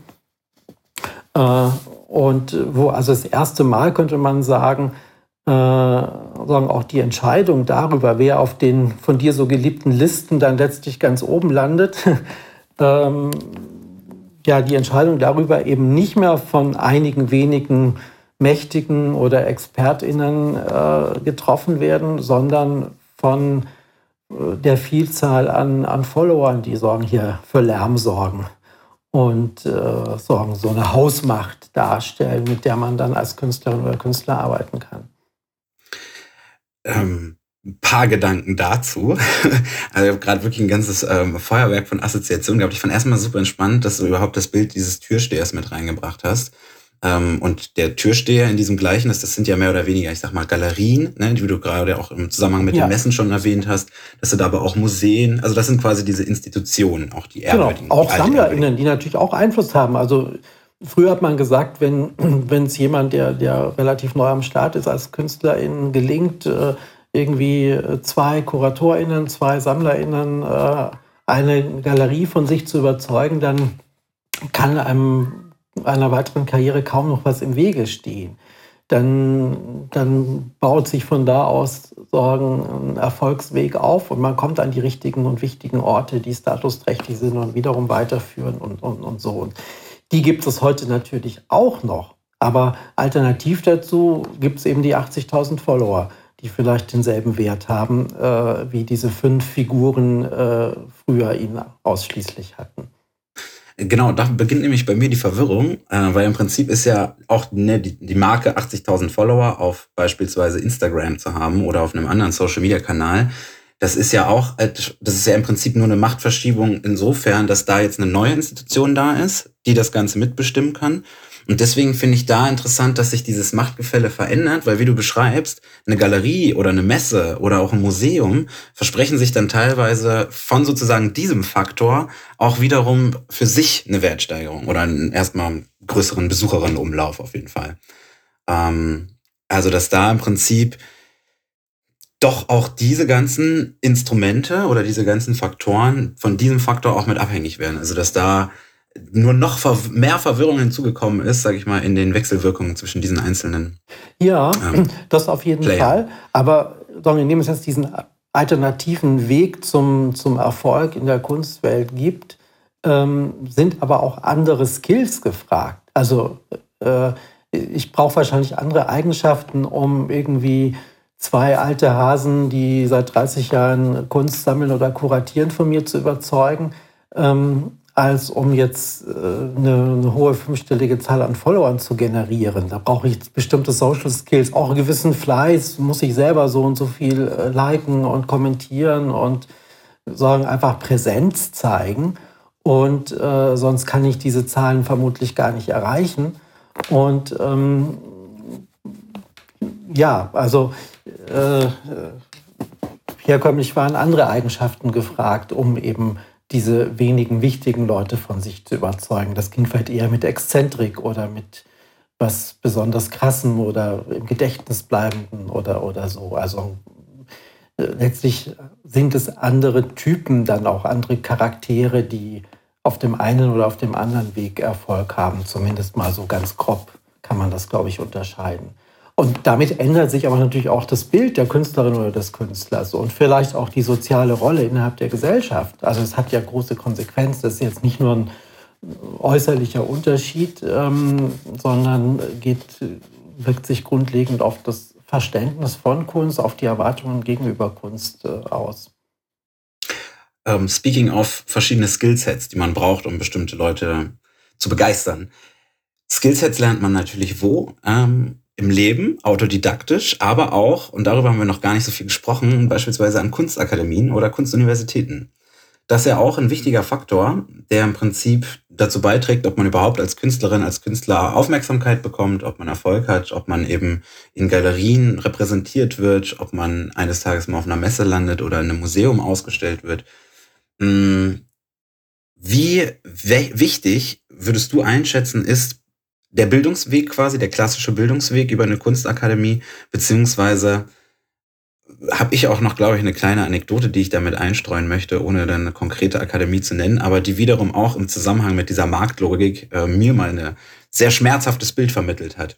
Und wo also das erste Mal, könnte man sagen, auch die Entscheidung darüber, wer auf den von dir so geliebten Listen dann letztlich ganz oben landet, die Entscheidung darüber eben nicht mehr von einigen wenigen Mächtigen oder ExpertInnen getroffen werden, sondern von der Vielzahl an Followern, die hier für Lärm sorgen und so eine Hausmacht darstellen, mit der man dann als Künstlerin oder Künstler arbeiten kann. Ein paar Gedanken dazu. Also ich habe gerade wirklich ein ganzes Feuerwerk von Assoziationen gehabt. Ich fand erstmal super entspannt, dass du überhaupt das Bild dieses Türstehers mit reingebracht hast. Und der Türsteher in diesem Gleichnis, das sind ja mehr oder weniger, ich sag mal, Galerien, ne, die du gerade auch im Zusammenhang mit den Messen schon erwähnt hast. Das sind aber auch Museen. Also das sind quasi diese Institutionen, auch die ehrwürdigen. Genau, auch SammlerInnen, die natürlich auch Einfluss haben. Also früher hat man gesagt, wenn es jemand, der relativ neu am Start ist, als KünstlerInnen gelingt, irgendwie 2 KuratorInnen, 2 SammlerInnen, eine Galerie von sich zu überzeugen, dann kann einer weiteren Karriere kaum noch was im Wege stehen. Dann baut sich von da aus ein Erfolgsweg auf und man kommt an die richtigen und wichtigen Orte, die statusträchtig sind und wiederum weiterführen und so. Und die gibt es heute natürlich auch noch. Aber alternativ dazu gibt es eben die 80.000 Follower, die vielleicht denselben Wert haben, wie diese 5 Figuren früher ihn ausschließlich hatten. Genau, da beginnt nämlich bei mir die Verwirrung, weil im Prinzip ist ja auch die Marke 80.000 Follower auf beispielsweise Instagram zu haben oder auf einem anderen Social-Media-Kanal. Das ist ja im Prinzip nur eine Machtverschiebung insofern, dass da jetzt eine neue Institution da ist, die das Ganze mitbestimmen kann. Und deswegen finde ich da interessant, dass sich dieses Machtgefälle verändert, weil wie du beschreibst, eine Galerie oder eine Messe oder auch ein Museum versprechen sich dann teilweise von sozusagen diesem Faktor auch wiederum für sich eine Wertsteigerung oder erstmal einen größeren Besucherinnenumlauf auf jeden Fall. Also dass da im Prinzip doch auch diese ganzen Instrumente oder diese ganzen Faktoren von diesem Faktor auch mit abhängig werden. Also dass da nur noch mehr Verwirrung hinzugekommen ist, sage ich mal, in den Wechselwirkungen zwischen diesen einzelnen das auf jeden Fall. Aber indem es jetzt diesen alternativen Weg zum Erfolg in der Kunstwelt gibt, sind aber auch andere Skills gefragt. Also ich brauche wahrscheinlich andere Eigenschaften, um irgendwie 2 alte Hasen, die seit 30 Jahren Kunst sammeln oder kuratieren, von mir zu überzeugen, als um jetzt eine hohe 5-stellige Zahl an Followern zu generieren. Da brauche ich bestimmte Social Skills, auch einen gewissen Fleiß, muss ich selber so und so viel liken und kommentieren und einfach Präsenz zeigen. Und sonst kann ich diese Zahlen vermutlich gar nicht erreichen. Und Herkömmlich waren andere Eigenschaften gefragt, um eben diese wenigen wichtigen Leute von sich zu überzeugen. Das ging vielleicht eher mit Exzentrik oder mit was besonders Krassem oder im Gedächtnis bleibenden oder so. Also letztlich sind es andere Typen, dann auch andere Charaktere, die auf dem einen oder auf dem anderen Weg Erfolg haben. Zumindest mal so ganz grob kann man das, glaube ich, unterscheiden. Und damit ändert sich aber natürlich auch das Bild der Künstlerin oder des Künstlers und vielleicht auch die soziale Rolle innerhalb der Gesellschaft. Also es hat ja große Konsequenzen. Das ist jetzt nicht nur ein äußerlicher Unterschied, sondern wirkt sich grundlegend auf das Verständnis von Kunst, auf die Erwartungen gegenüber Kunst aus. Speaking of verschiedene Skillsets, die man braucht, um bestimmte Leute zu begeistern. Skillsets lernt man natürlich wo? Im Leben, autodidaktisch, aber auch, und darüber haben wir noch gar nicht so viel gesprochen, beispielsweise an Kunstakademien oder Kunstuniversitäten. Das ist ja auch ein wichtiger Faktor, der im Prinzip dazu beiträgt, ob man überhaupt als Künstlerin, als Künstler Aufmerksamkeit bekommt, ob man Erfolg hat, ob man eben in Galerien repräsentiert wird, ob man eines Tages mal auf einer Messe landet oder in einem Museum ausgestellt wird. Wie wichtig würdest du einschätzen, ist der Bildungsweg quasi, der klassische Bildungsweg über eine Kunstakademie, beziehungsweise habe ich auch noch, glaube ich, eine kleine Anekdote, die ich damit einstreuen möchte, ohne dann eine konkrete Akademie zu nennen, aber die wiederum auch im Zusammenhang mit dieser Marktlogik mir mal ein sehr schmerzhaftes Bild vermittelt hat.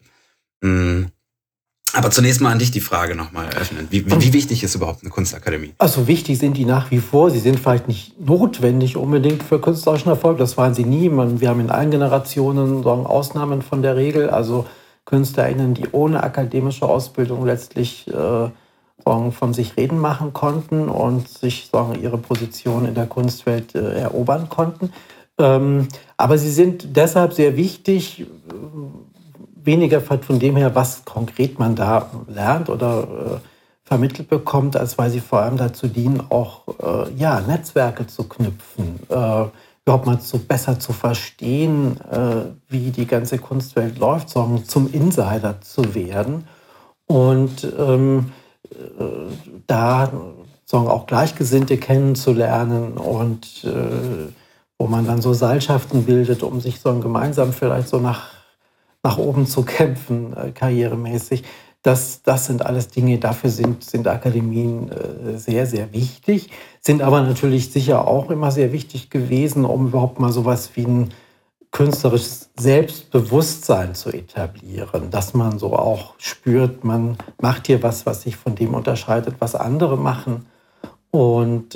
Aber zunächst mal an dich die Frage nochmal eröffnen. Wie wichtig ist überhaupt eine Kunstakademie? Also wichtig sind die nach wie vor. Sie sind vielleicht nicht notwendig unbedingt für künstlerischen Erfolg. Das waren sie nie. Wir haben in allen Generationen Ausnahmen von der Regel. Also KünstlerInnen, die ohne akademische Ausbildung letztlich von sich reden machen konnten und sich ihre Position in der Kunstwelt erobern konnten. Aber sie sind deshalb sehr wichtig, weniger von dem her, was konkret man da lernt oder vermittelt bekommt, als weil sie vor allem dazu dienen, auch Netzwerke zu knüpfen, überhaupt mal besser zu verstehen, wie die ganze Kunstwelt läuft, zum Insider zu werden und da auch Gleichgesinnte kennenzulernen und wo man dann so Seilschaften bildet, um sich gemeinsam vielleicht nach oben zu kämpfen, karrieremäßig. Das sind alles Dinge, dafür sind Akademien sehr, sehr wichtig, sind aber natürlich sicher auch immer sehr wichtig gewesen, um überhaupt mal sowas wie ein künstlerisches Selbstbewusstsein zu etablieren, dass man so auch spürt, man macht hier was sich von dem unterscheidet, was andere machen. Und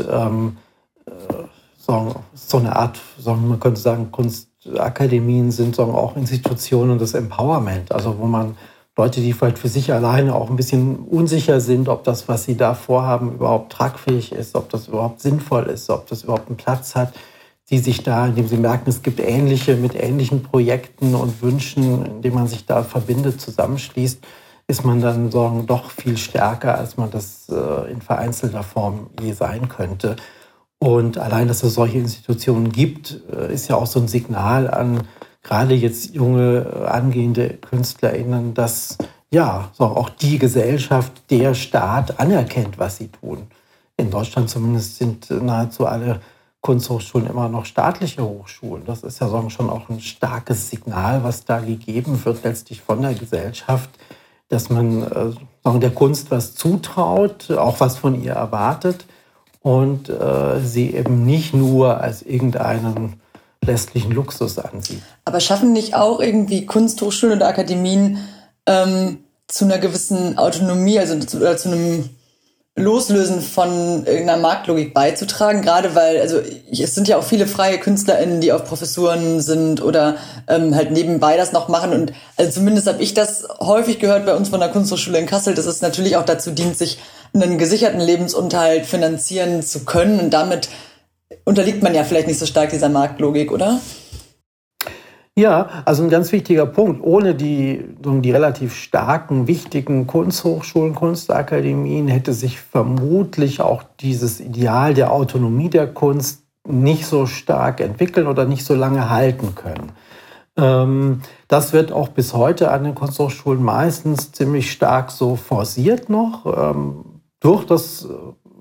so eine Art, man könnte sagen, Kunstakademien sind auch Institutionen des Empowerment, also wo man Leute, die vielleicht für sich alleine auch ein bisschen unsicher sind, ob das, was sie da vorhaben, überhaupt tragfähig ist, ob das überhaupt sinnvoll ist, ob das überhaupt einen Platz hat, die sich da, indem sie merken, es gibt mit ähnlichen Projekten und Wünschen, indem man sich da verbindet, zusammenschließt, ist man dann doch viel stärker, als man das in vereinzelter Form je sein könnte. Und allein, dass es solche Institutionen gibt, ist ja auch so ein Signal an gerade jetzt junge, angehende KünstlerInnen, dass auch die Gesellschaft, der Staat anerkennt, was sie tun. In Deutschland zumindest sind nahezu alle Kunsthochschulen immer noch staatliche Hochschulen. Das ist ja schon auch ein starkes Signal, was da gegeben wird, letztlich von der Gesellschaft, dass man der Kunst was zutraut, auch was von ihr erwartet und sie eben nicht nur als irgendeinen lästlichen Luxus ansieht. Aber schaffen nicht auch irgendwie Kunsthochschulen oder Akademien zu einer gewissen Autonomie, oder zu einem Loslösen von irgendeiner Marktlogik beizutragen, gerade weil, es sind ja auch viele freie KünstlerInnen, die auf Professuren sind oder halt nebenbei das noch machen und zumindest habe ich das häufig gehört bei uns von der Kunsthochschule in Kassel, dass es natürlich auch dazu dient, sich einen gesicherten Lebensunterhalt finanzieren zu können und damit unterliegt man ja vielleicht nicht so stark dieser Marktlogik, oder? Ja, also ein ganz wichtiger Punkt. Ohne die relativ starken, wichtigen Kunsthochschulen, Kunstakademien hätte sich vermutlich auch dieses Ideal der Autonomie der Kunst nicht so stark entwickeln oder nicht so lange halten können. Das wird auch bis heute an den Kunsthochschulen meistens ziemlich stark so forciert noch durch das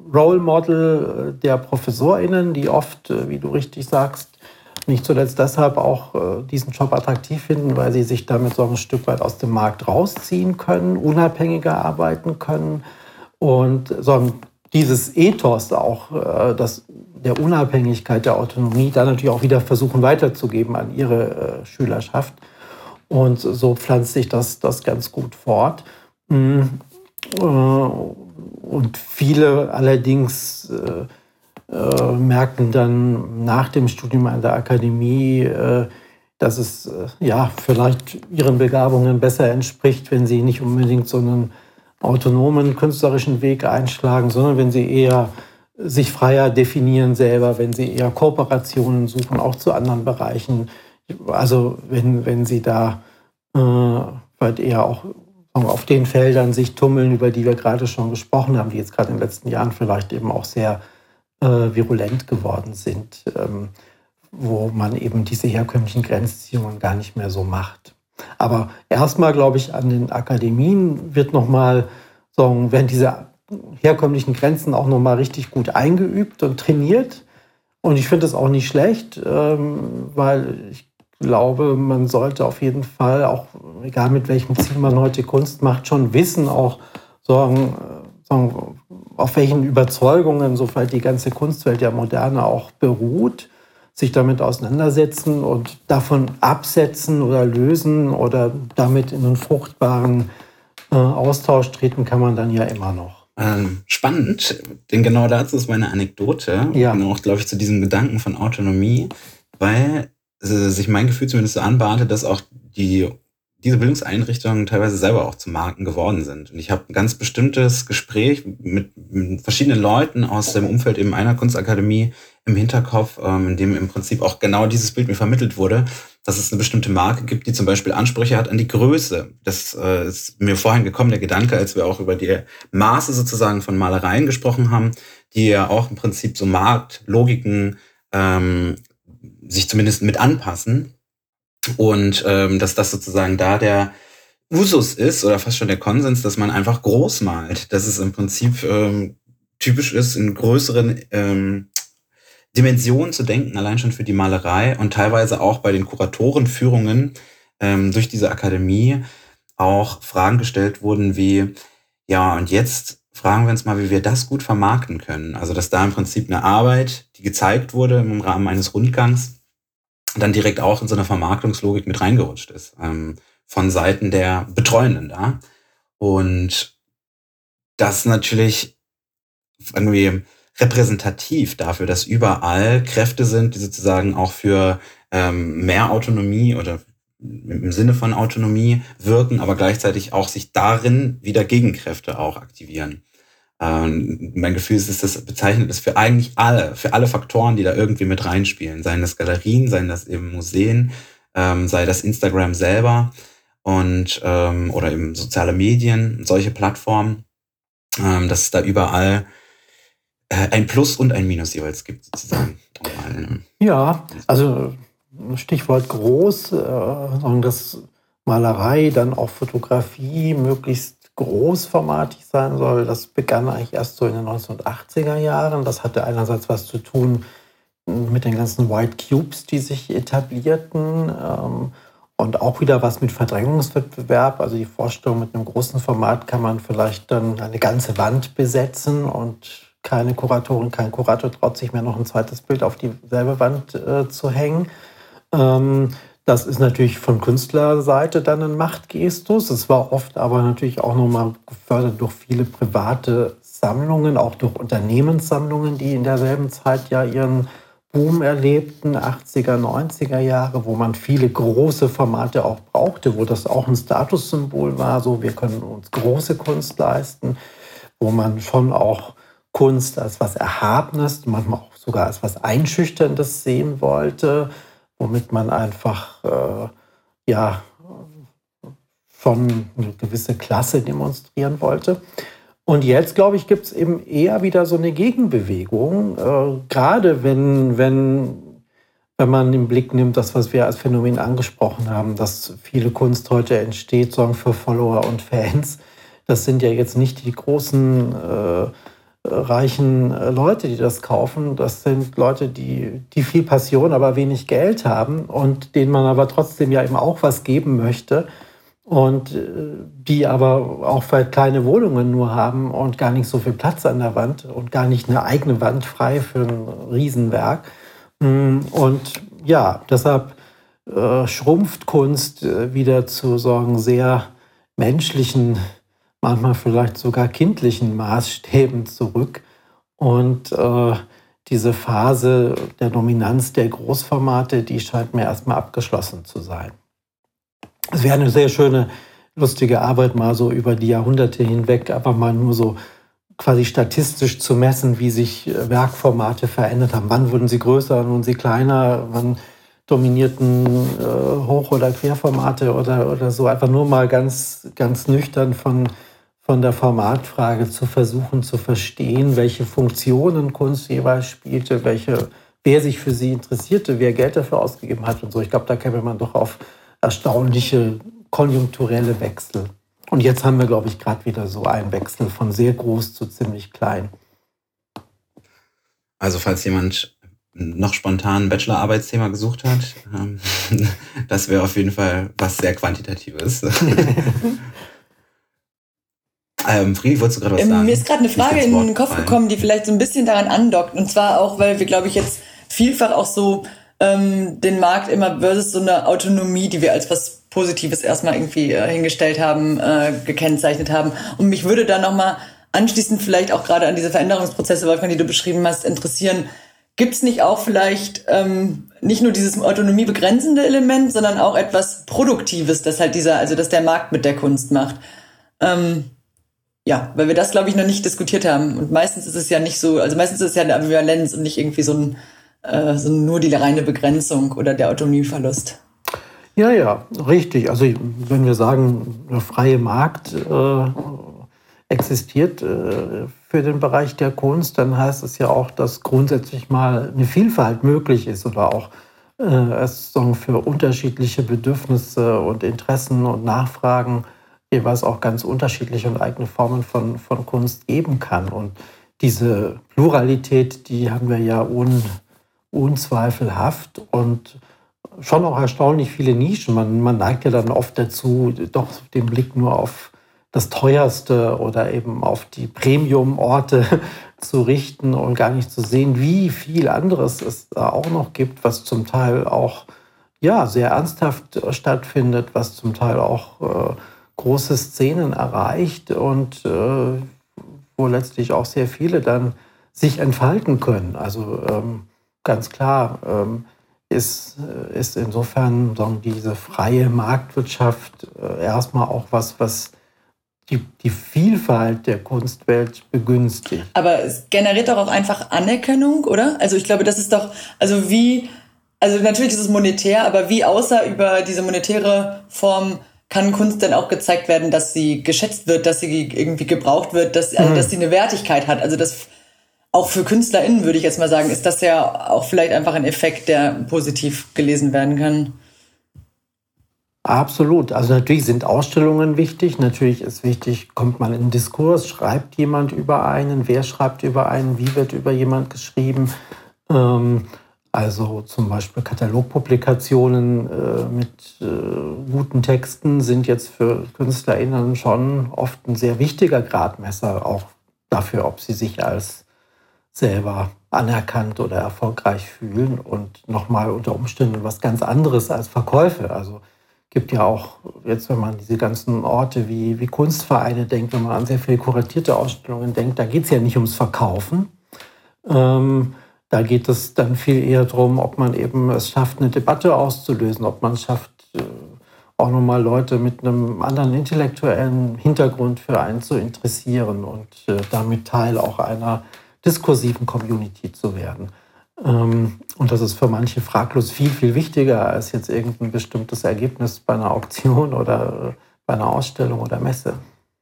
Role Model der ProfessorInnen, die oft, wie du richtig sagst, nicht zuletzt deshalb auch diesen Job attraktiv finden, weil sie sich damit so ein Stück weit aus dem Markt rausziehen können, unabhängiger arbeiten können und so dieses Ethos auch der Unabhängigkeit, der Autonomie, dann natürlich auch wieder versuchen weiterzugeben an ihre Schülerschaft. Und so pflanzt sich das ganz gut fort. Und viele allerdings merken dann nach dem Studium an der Akademie, dass es vielleicht ihren Begabungen besser entspricht, wenn sie nicht unbedingt so einen autonomen künstlerischen Weg einschlagen, sondern wenn sie eher sich freier definieren selber, wenn sie eher Kooperationen suchen, auch zu anderen Bereichen. Also wenn sie da weit eher auch auf den Feldern sich tummeln, über die wir gerade schon gesprochen haben, die jetzt gerade in den letzten Jahren vielleicht eben auch sehr virulent geworden sind, wo man eben diese herkömmlichen Grenzziehungen gar nicht mehr so macht. Aber erstmal, glaube ich, an den Akademien wird nochmal, werden diese herkömmlichen Grenzen auch nochmal richtig gut eingeübt und trainiert. Und ich finde das auch nicht schlecht, weil ich glaube, man sollte auf jeden Fall, auch egal mit welchem Ziel man heute Kunst macht, schon wissen, auch auf welchen Überzeugungen soweit die ganze Kunstwelt der Moderne auch beruht, sich damit auseinandersetzen und davon absetzen oder lösen oder damit in einen fruchtbaren Austausch treten kann man dann ja immer noch. Spannend, denn genau dazu ist meine Anekdote, auch, glaube ich, zu diesem Gedanken von Autonomie, weil sich mein Gefühl zumindest so anbahnte, dass auch diese Bildungseinrichtungen teilweise selber auch zu Marken geworden sind. Und ich habe ein ganz bestimmtes Gespräch mit verschiedenen Leuten aus dem Umfeld eben einer Kunstakademie im Hinterkopf, in dem im Prinzip auch genau dieses Bild mir vermittelt wurde, dass es eine bestimmte Marke gibt, die zum Beispiel Ansprüche hat an die Größe. Das ist mir vorhin gekommen, der Gedanke, als wir auch über die Maße sozusagen von Malereien gesprochen haben, die ja auch im Prinzip so Marktlogiken sich zumindest mit anpassen. Und dass das sozusagen da der Usus ist oder fast schon der Konsens, dass man einfach groß malt. Dass es im Prinzip typisch ist, in größeren Dimensionen zu denken, allein schon für die Malerei und teilweise auch bei den Kuratorenführungen durch diese Akademie auch Fragen gestellt wurden wie, ja, und jetzt fragen wir uns mal, wie wir das gut vermarkten können. Also dass da im Prinzip eine Arbeit, die gezeigt wurde im Rahmen eines Rundgangs, dann direkt auch in so eine Vermarktungslogik mit reingerutscht ist, von Seiten der Betreuenden da. Und das natürlich irgendwie repräsentativ dafür, dass überall Kräfte sind, die sozusagen auch für mehr Autonomie oder im Sinne von Autonomie wirken, aber gleichzeitig auch sich darin wieder Gegenkräfte auch aktivieren. Mein Gefühl ist, dass das bezeichnet ist für eigentlich für alle Faktoren, die da irgendwie mit reinspielen. Seien das Galerien, seien das eben Museen, sei das Instagram selber und oder eben soziale Medien, solche Plattformen, dass es da überall ein Plus und ein Minus jeweils gibt, sozusagen. Ja, also Stichwort groß, dass Malerei, dann auch Fotografie möglichst großformatig sein soll. Das begann eigentlich erst so in den 1980er Jahren. Das hatte einerseits was zu tun mit den ganzen White Cubes, die sich etablierten und auch wieder was mit Verdrängungswettbewerb. Also die Vorstellung, mit einem großen Format kann man vielleicht dann eine ganze Wand besetzen und keine Kuratorin, kein Kurator traut sich mehr noch ein zweites Bild auf dieselbe Wand zu hängen. Das ist natürlich von Künstlerseite dann ein Machtgestus. Es war oft aber natürlich auch nochmal gefördert durch viele private Sammlungen, auch durch Unternehmenssammlungen, die in derselben Zeit ja ihren Boom erlebten, 80er, 90er Jahre, wo man viele große Formate auch brauchte, wo das auch ein Statussymbol war, so wir können uns große Kunst leisten, wo man schon auch Kunst als was Erhabenes, manchmal auch sogar als was Einschüchterndes sehen wollte, womit man einfach schon eine gewisse Klasse demonstrieren wollte. Und jetzt, glaube ich, gibt es eben eher wieder so eine Gegenbewegung, gerade wenn man im Blick nimmt, das, was wir als Phänomen angesprochen haben, dass viele Kunst heute entsteht, für Follower und Fans. Das sind ja jetzt nicht die großen reichen Leute, die das kaufen. Das sind Leute, die viel Passion, aber wenig Geld haben und denen man aber trotzdem ja eben auch was geben möchte und die aber auch vielleicht kleine Wohnungen nur haben und gar nicht so viel Platz an der Wand und gar nicht eine eigene Wand frei für ein Riesenwerk. Und ja, deshalb schrumpft Kunst wieder zu so sehr menschlichen, manchmal vielleicht sogar kindlichen Maßstäben zurück. Und diese Phase der Dominanz der Großformate, die scheint mir erstmal abgeschlossen zu sein. Es wäre eine sehr schöne, lustige Arbeit, mal so über die Jahrhunderte hinweg, aber mal nur so quasi statistisch zu messen, wie sich Werkformate verändert haben. Wann wurden sie größer, wann wurden sie kleiner, wann dominierten Hoch- oder Querformate oder so. Einfach nur mal ganz nüchtern von der Formatfrage zu versuchen zu verstehen, welche Funktionen Kunst jeweils spielte, wer sich für sie interessierte, wer Geld dafür ausgegeben hat und so. Ich glaube, da käme man doch auf erstaunliche konjunkturelle Wechsel. Und jetzt haben wir, glaube ich, gerade wieder so einen Wechsel von sehr groß zu ziemlich klein. Also falls jemand noch spontan ein Bachelorarbeitsthema gesucht hat, das wäre auf jeden Fall was sehr Quantitatives. Friedi, wolltest du gerade was sagen? Mir ist gerade eine Frage in den Kopf gekommen, die vielleicht so ein bisschen daran andockt. Und zwar auch, weil wir, glaube ich, jetzt vielfach auch so den Markt immer versus so eine Autonomie, die wir als was Positives erstmal irgendwie hingestellt haben, gekennzeichnet haben. Und mich würde da nochmal anschließend vielleicht auch gerade an diese Veränderungsprozesse, Wolfgang, die du beschrieben hast, interessieren. Gibt es nicht auch vielleicht nicht nur dieses autonomiebegrenzende Element, sondern auch etwas Produktives, das halt dass der Markt mit der Kunst macht? Ja, weil wir das, glaube ich, noch nicht diskutiert haben. Und meistens ist es ja nicht so, also meistens ist es ja eine Ambivalenz und nicht irgendwie so nur die reine Begrenzung oder der Autonomieverlust. Ja, richtig. Also wenn wir sagen, der freie Markt existiert für den Bereich der Kunst, dann heißt es ja auch, dass grundsätzlich mal eine Vielfalt möglich ist oder auch es für unterschiedliche Bedürfnisse und Interessen und Nachfragen jeweils auch ganz unterschiedliche und eigene Formen von Kunst geben kann. Und diese Pluralität, die haben wir ja unzweifelhaft und schon auch erstaunlich viele Nischen. Man neigt ja dann oft dazu, doch den Blick nur auf das Teuerste oder eben auf die Premium-Orte zu richten und gar nicht zu sehen, wie viel anderes es da auch noch gibt, was zum Teil auch sehr ernsthaft stattfindet, was zum Teil auch große Szenen erreicht und wo letztlich auch sehr viele dann sich entfalten können. Also ganz klar ist insofern diese freie Marktwirtschaft erstmal auch was die Vielfalt der Kunstwelt begünstigt. Aber es generiert doch auch einfach Anerkennung, oder? Also ich glaube, das ist doch, also natürlich ist es monetär, aber wie außer über diese monetäre Form kann Kunst dann auch gezeigt werden, dass sie geschätzt wird, dass sie irgendwie gebraucht wird, dass sie eine Wertigkeit hat. Also das auch für KünstlerInnen, würde ich jetzt mal sagen, ist das ja auch vielleicht einfach ein Effekt, der positiv gelesen werden kann. Absolut. Also natürlich sind Ausstellungen wichtig. Natürlich ist wichtig, kommt man in einen Diskurs, schreibt jemand über einen, wer schreibt über einen, wie wird über jemand geschrieben. Also zum Beispiel Katalogpublikationen mit guten Texten sind jetzt für KünstlerInnen schon oft ein sehr wichtiger Gradmesser, auch dafür, ob sie sich als selber anerkannt oder erfolgreich fühlen und nochmal unter Umständen was ganz anderes als Verkäufe. Also gibt ja auch jetzt, wenn man diese ganzen Orte wie Kunstvereine denkt, wenn man an sehr viele kuratierte Ausstellungen denkt, da geht es ja nicht ums Verkaufen. Da geht es dann viel eher darum, ob man eben es schafft, eine Debatte auszulösen, ob man es schafft, auch nochmal Leute mit einem anderen intellektuellen Hintergrund für einen zu interessieren und damit Teil auch einer diskursiven Community zu werden. Und das ist für manche fraglos viel, viel wichtiger als jetzt irgendein bestimmtes Ergebnis bei einer Auktion oder bei einer Ausstellung oder Messe.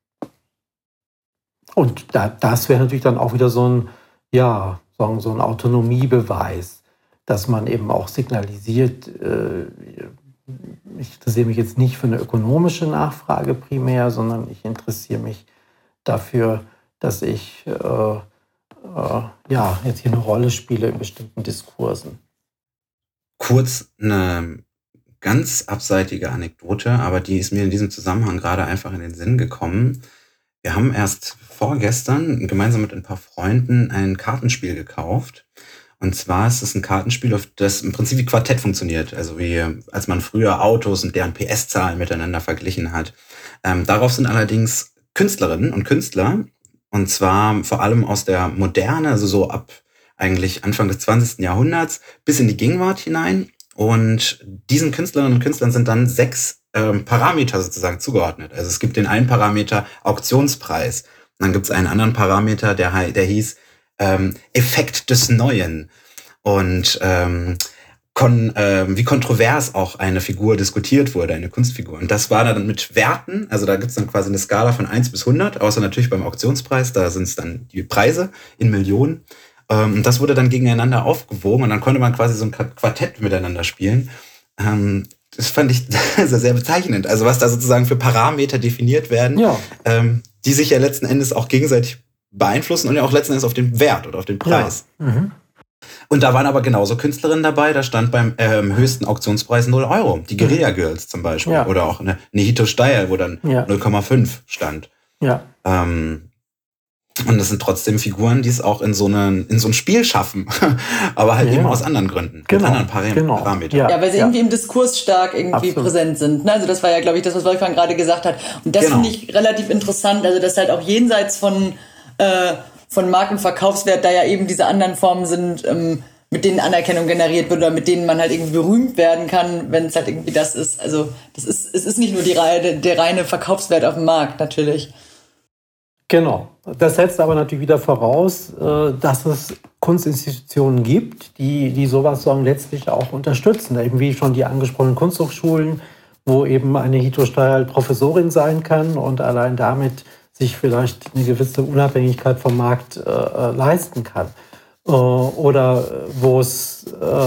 Und das wäre natürlich dann auch wieder so ein Autonomiebeweis, dass man eben auch signalisiert, ich interessiere mich jetzt nicht für eine ökonomische Nachfrage primär, sondern ich interessiere mich dafür, dass ich jetzt hier eine Rolle spiele in bestimmten Diskursen. Kurz eine ganz abseitige Anekdote, aber die ist mir in diesem Zusammenhang gerade einfach in den Sinn gekommen. Wir haben erst vorgestern gemeinsam mit ein paar Freunden ein Kartenspiel gekauft. Und zwar ist es ein Kartenspiel, auf das im Prinzip wie Quartett funktioniert. Also wie als man früher Autos und deren PS-Zahlen miteinander verglichen hat. Darauf sind allerdings Künstlerinnen und Künstler, und zwar vor allem aus der Moderne, also so ab eigentlich Anfang des 20. Jahrhunderts bis in die Gegenwart hinein. Und diesen Künstlerinnen und Künstlern sind dann 6 Parameter sozusagen zugeordnet. Also es gibt den einen Parameter Auktionspreis. Und dann gibt es einen anderen Parameter, der hieß Effekt des Neuen. Und wie kontrovers auch eine Figur diskutiert wurde, eine Kunstfigur. Und das war dann mit Werten, also da gibt es dann quasi eine Skala von 1 bis 100, außer natürlich beim Auktionspreis, da sind es dann die Preise in Millionen. Und das wurde dann gegeneinander aufgewogen und dann konnte man quasi so ein Quartett miteinander spielen. Das fand ich sehr, sehr bezeichnend. Also was da sozusagen für Parameter definiert werden, die sich ja letzten Endes auch gegenseitig beeinflussen und ja auch letzten Endes auf den Wert oder auf den Preis. Ja. Mhm. Und da waren aber genauso Künstlerinnen dabei, da stand beim höchsten Auktionspreis 0 Euro. Die Guerilla Girls zum Beispiel. Ja. Oder auch eine Hito Steyr, wo dann 0,5 stand. Ja. Und das sind trotzdem Figuren, die es auch in so ein Spiel schaffen. Aber halt eben aus anderen Gründen. Genau. Mit anderen Parametern. Ja, weil sie irgendwie im Diskurs stark irgendwie präsent sind. Ne? Also das war ja, glaube ich, das, was Wolfgang gerade gesagt hat. Und das finde ich relativ interessant. Also dass halt auch jenseits von Markt- und Verkaufswert da ja eben diese anderen Formen sind, mit denen Anerkennung generiert wird oder mit denen man halt irgendwie berühmt werden kann, wenn es halt irgendwie das ist. Also es ist nicht nur der reine Verkaufswert auf dem Markt, natürlich. Genau. Das setzt aber natürlich wieder voraus, dass es Kunstinstitutionen gibt, die sowas letztlich auch unterstützen. Eben wie schon die angesprochenen Kunsthochschulen, wo eben eine Hito Steyr Professorin sein kann und allein damit sich vielleicht eine gewisse Unabhängigkeit vom Markt leisten kann. Oder wo es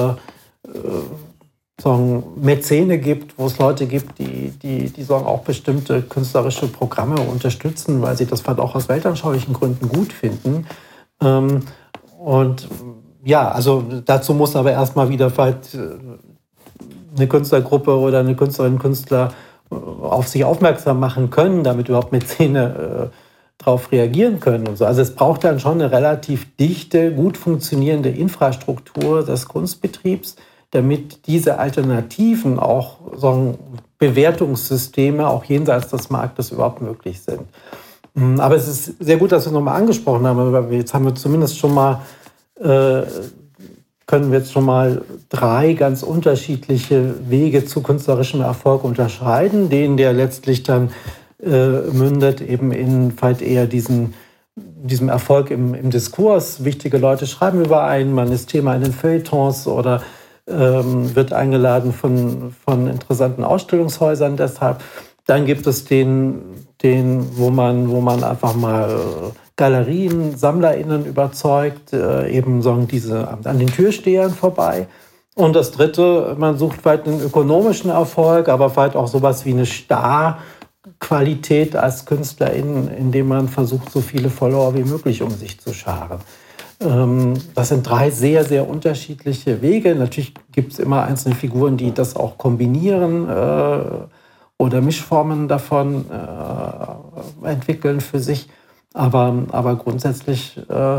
Mäzene gibt, wo es Leute gibt, die auch bestimmte künstlerische Programme unterstützen, weil sie das vielleicht auch aus weltanschaulichen Gründen gut finden. Und ja, also dazu muss aber erstmal wieder vielleicht eine Künstlergruppe oder eine Künstlerin, Künstler auf sich aufmerksam machen können, damit überhaupt Mäzene darauf reagieren können und so. Also es braucht dann schon eine relativ dichte, gut funktionierende Infrastruktur des Kunstbetriebs, damit diese Alternativen auch Bewertungssysteme auch jenseits des Marktes überhaupt möglich sind. Aber es ist sehr gut, dass wir es nochmal angesprochen haben, weil jetzt haben wir zumindest schon mal können wir jetzt schon mal 3 ganz unterschiedliche Wege zu künstlerischem Erfolg unterscheiden, den der letztlich dann mündet eben in vielleicht eher diesem Erfolg im Diskurs. Wichtige Leute schreiben über einen, man ist Thema in den Feuilletons oder wird eingeladen von interessanten Ausstellungshäusern deshalb. Dann gibt es den wo man einfach mal Galerien, SammlerInnen überzeugt, eben diese an den Türstehern vorbei. Und das Dritte, man sucht vielleicht einen ökonomischen Erfolg, aber vielleicht auch sowas wie eine Starqualität als KünstlerInnen, indem man versucht, so viele Follower wie möglich um sich zu scharen. Das sind 3 sehr, sehr unterschiedliche Wege. Natürlich gibt es immer einzelne Figuren, die das auch kombinieren oder Mischformen davon entwickeln für sich. Aber grundsätzlich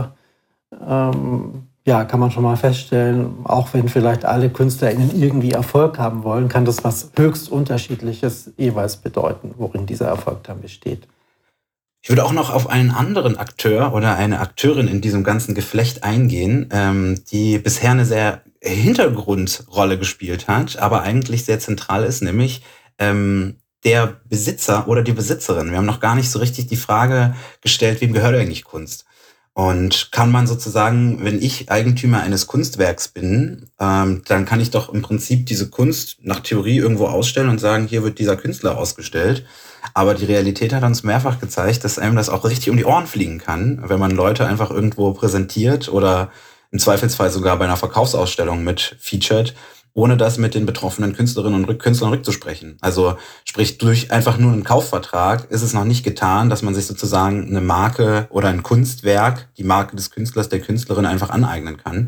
kann man schon mal feststellen, auch wenn vielleicht alle KünstlerInnen irgendwie Erfolg haben wollen, kann das was höchst Unterschiedliches jeweils bedeuten, worin dieser Erfolg dann besteht. Ich würde auch noch auf einen anderen Akteur oder eine Akteurin in diesem ganzen Geflecht eingehen, die bisher eine sehr Hintergrundrolle gespielt hat, aber eigentlich sehr zentral ist, nämlich der Besitzer oder die Besitzerin. Wir haben noch gar nicht so richtig die Frage gestellt, wem gehört eigentlich Kunst? Und kann man sozusagen, wenn ich Eigentümer eines Kunstwerks bin, dann kann ich doch im Prinzip diese Kunst nach Theorie irgendwo ausstellen und sagen, hier wird dieser Künstler ausgestellt. Aber die Realität hat uns mehrfach gezeigt, dass einem das auch richtig um die Ohren fliegen kann, wenn man Leute einfach irgendwo präsentiert oder im Zweifelsfall sogar bei einer Verkaufsausstellung mit featured ohne das mit den betroffenen Künstlerinnen und Künstlern rückzusprechen. Also sprich, durch einfach nur einen Kaufvertrag ist es noch nicht getan, dass man sich sozusagen eine Marke oder ein Kunstwerk, die Marke des Künstlers, der Künstlerin einfach aneignen kann.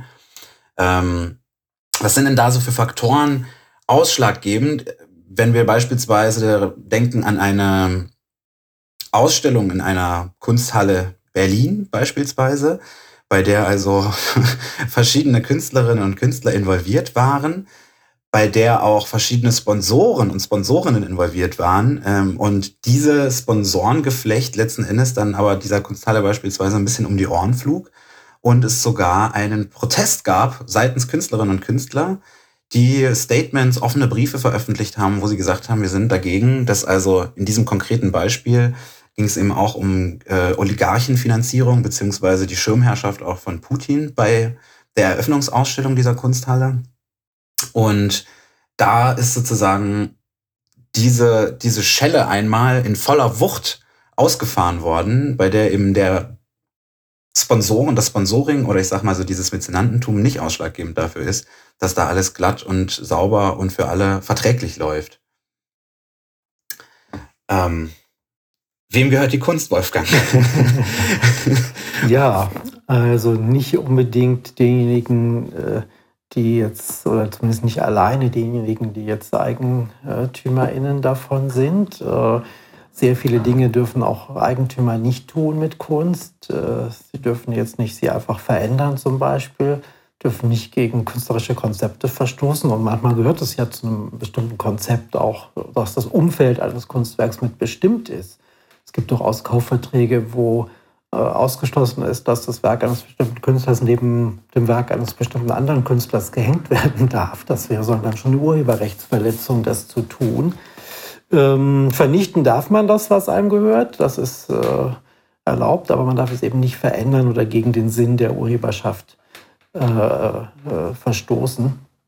Was sind denn da so für Faktoren ausschlaggebend, wenn wir beispielsweise denken an eine Ausstellung in einer Kunsthalle Berlin beispielsweise, bei der also verschiedene Künstlerinnen und Künstler involviert waren, bei der auch verschiedene Sponsoren und Sponsorinnen involviert waren und diese Sponsorengeflecht letzten Endes dann aber dieser Kunsthalle beispielsweise ein bisschen um die Ohren flog und es sogar einen Protest gab seitens Künstlerinnen und Künstler, die Statements, offene Briefe veröffentlicht haben, wo sie gesagt haben, wir sind dagegen, dass also in diesem konkreten Beispiel ging es eben auch um Oligarchenfinanzierung beziehungsweise die Schirmherrschaft auch von Putin bei der Eröffnungsausstellung dieser Kunsthalle. Und da ist sozusagen diese Schelle einmal in voller Wucht ausgefahren worden, bei der eben der Sponsoren, das Sponsoring oder ich sag mal so dieses Mäzenantentum nicht ausschlaggebend dafür ist, dass da alles glatt und sauber und für alle verträglich läuft. Wem gehört die Kunst, Wolfgang? Ja, also nicht unbedingt denjenigen, die jetzt, oder zumindest nicht alleine denjenigen, die jetzt EigentümerInnen davon sind. Sehr viele Dinge dürfen auch Eigentümer nicht tun mit Kunst. Sie dürfen jetzt nicht sie einfach verändern zum Beispiel, dürfen nicht gegen künstlerische Konzepte verstoßen. Und manchmal gehört es ja zu einem bestimmten Konzept auch, dass das Umfeld eines Kunstwerks mit bestimmt ist. Es gibt durchaus Kaufverträge, wo ausgeschlossen ist, dass das Werk eines bestimmten Künstlers neben dem Werk eines bestimmten anderen Künstlers gehängt werden darf. Das wäre dann schon eine Urheberrechtsverletzung, das zu tun. Vernichten darf man das, was einem gehört. Das ist erlaubt, aber man darf es eben nicht verändern oder gegen den Sinn der Urheberschaft verstoßen.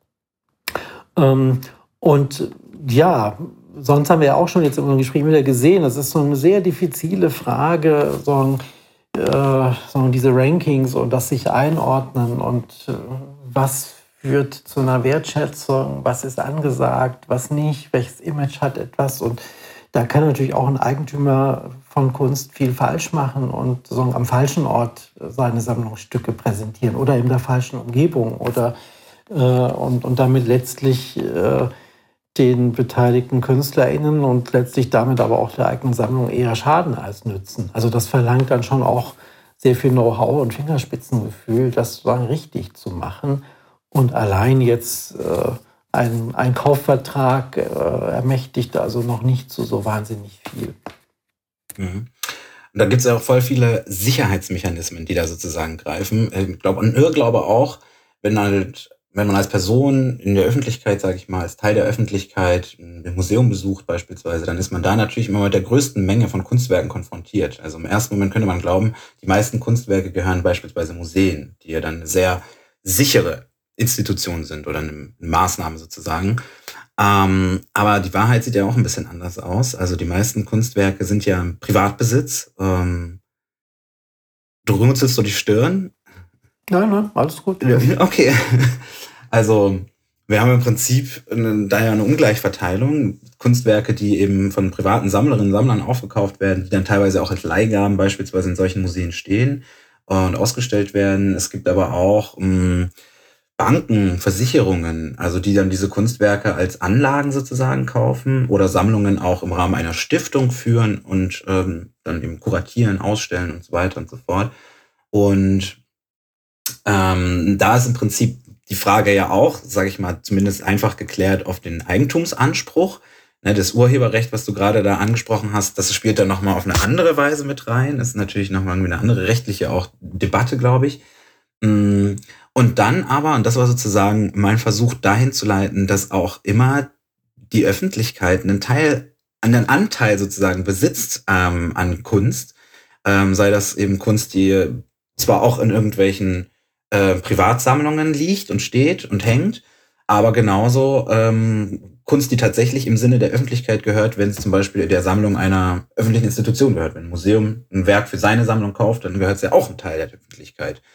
Und ja, sonst haben wir ja auch schon jetzt in unserem Gespräch wieder gesehen, das ist so eine sehr diffizile Frage, diese Rankings und das sich einordnen und was führt zu einer Wertschätzung, was ist angesagt, was nicht, welches Image hat etwas. Und da kann natürlich auch ein Eigentümer von Kunst viel falsch machen und am falschen Ort seine Sammlungsstücke präsentieren oder in der falschen Umgebung oder und damit letztlich den beteiligten KünstlerInnen und letztlich damit aber auch der eigenen Sammlung eher Schaden als Nützen. Also das verlangt dann schon auch sehr viel Know-how und Fingerspitzengefühl, das sozusagen richtig zu machen. Und allein jetzt ein Kaufvertrag ermächtigt also noch nicht zu so wahnsinnig viel. Mhm. Und da gibt es ja auch voll viele Sicherheitsmechanismen, die da sozusagen greifen. Ich glaube, ein Irrglaube auch, wenn man als Person in der Öffentlichkeit, sage ich mal, als Teil der Öffentlichkeit ein Museum besucht beispielsweise, dann ist man da natürlich immer mit der größten Menge von Kunstwerken konfrontiert. Also im ersten Moment könnte man glauben, die meisten Kunstwerke gehören beispielsweise Museen, die ja dann eine sehr sichere Institution sind oder eine Maßnahme sozusagen. Aber die Wahrheit sieht ja auch ein bisschen anders aus. Also die meisten Kunstwerke sind ja im Privatbesitz. Du runzelst so die Stirn. Nein, alles gut. Okay. Also wir haben im Prinzip daher eine Ungleichverteilung. Kunstwerke, die eben von privaten Sammlerinnen und Sammlern aufgekauft werden, die dann teilweise auch als Leihgaben beispielsweise in solchen Museen stehen und ausgestellt werden. Es gibt aber auch Banken, Versicherungen, also die dann diese Kunstwerke als Anlagen sozusagen kaufen oder Sammlungen auch im Rahmen einer Stiftung führen und dann eben kuratieren, ausstellen und so weiter und so fort. Und da ist im Prinzip die Frage ja auch, sage ich mal, zumindest einfach geklärt auf den Eigentumsanspruch. Ne, das Urheberrecht, was du gerade da angesprochen hast, das spielt dann nochmal auf eine andere Weise mit rein. Das ist natürlich nochmal irgendwie eine andere rechtliche auch Debatte, glaube ich. Und dann aber, und das war sozusagen mein Versuch dahin zu leiten, dass auch immer die Öffentlichkeit einen Anteil sozusagen besitzt an Kunst, sei das eben Kunst, die zwar auch in irgendwelchen Privatsammlungen liegt und steht und hängt, aber genauso Kunst, die tatsächlich im Sinne der Öffentlichkeit gehört, wenn es zum Beispiel der Sammlung einer öffentlichen Institution gehört. Wenn ein Museum ein Werk für seine Sammlung kauft, dann gehört es ja auch ein Teil der Öffentlichkeit.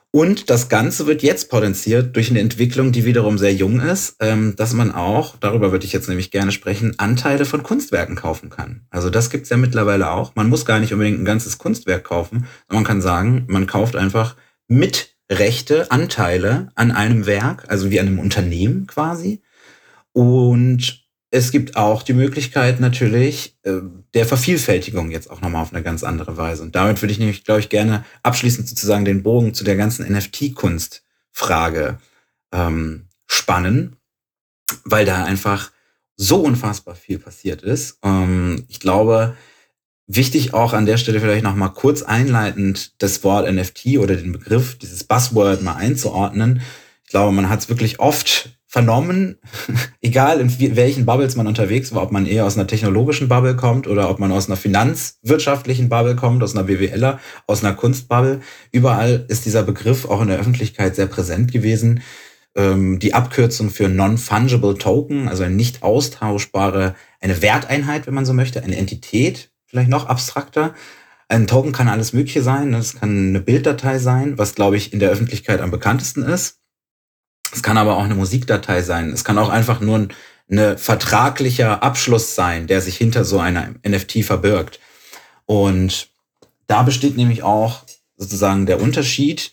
Und das Ganze wird jetzt potenziert durch eine Entwicklung, die wiederum sehr jung ist, dass man auch, darüber würde ich jetzt nämlich gerne sprechen, Anteile von Kunstwerken kaufen kann. Also das gibt's ja mittlerweile auch. Man muss gar nicht unbedingt ein ganzes Kunstwerk kaufen, sondern man kann sagen, man kauft einfach Mitrechte, Anteile an einem Werk, also wie an einem Unternehmen quasi. Und es gibt auch die Möglichkeit natürlich der Vervielfältigung jetzt auch nochmal auf eine ganz andere Weise. Und damit würde ich nämlich, glaube ich, gerne abschließend sozusagen den Bogen zu der ganzen NFT-Kunstfrage spannen, weil da einfach so unfassbar viel passiert ist. Ich glaube, wichtig auch an der Stelle vielleicht nochmal kurz einleitend das Wort NFT oder den Begriff, dieses Buzzword mal einzuordnen. Ich glaube, man hat es wirklich oft vernommen, egal in welchen Bubbles man unterwegs war, ob man eher aus einer technologischen Bubble kommt oder ob man aus einer finanzwirtschaftlichen Bubble kommt, aus einer BWLer, aus einer Kunstbubble. Überall ist dieser Begriff auch in der Öffentlichkeit sehr präsent gewesen. Die Abkürzung für Non-Fungible Token, also eine nicht austauschbare, eine Werteinheit, wenn man so möchte, eine Entität, vielleicht noch abstrakter. Ein Token kann alles Mögliche sein. Das kann eine Bilddatei sein, was, glaube ich, in der Öffentlichkeit am bekanntesten ist. Es kann aber auch eine Musikdatei sein. Es kann auch einfach nur ein vertraglicher Abschluss sein, der sich hinter so einer NFT verbirgt. Und da besteht nämlich auch sozusagen der Unterschied,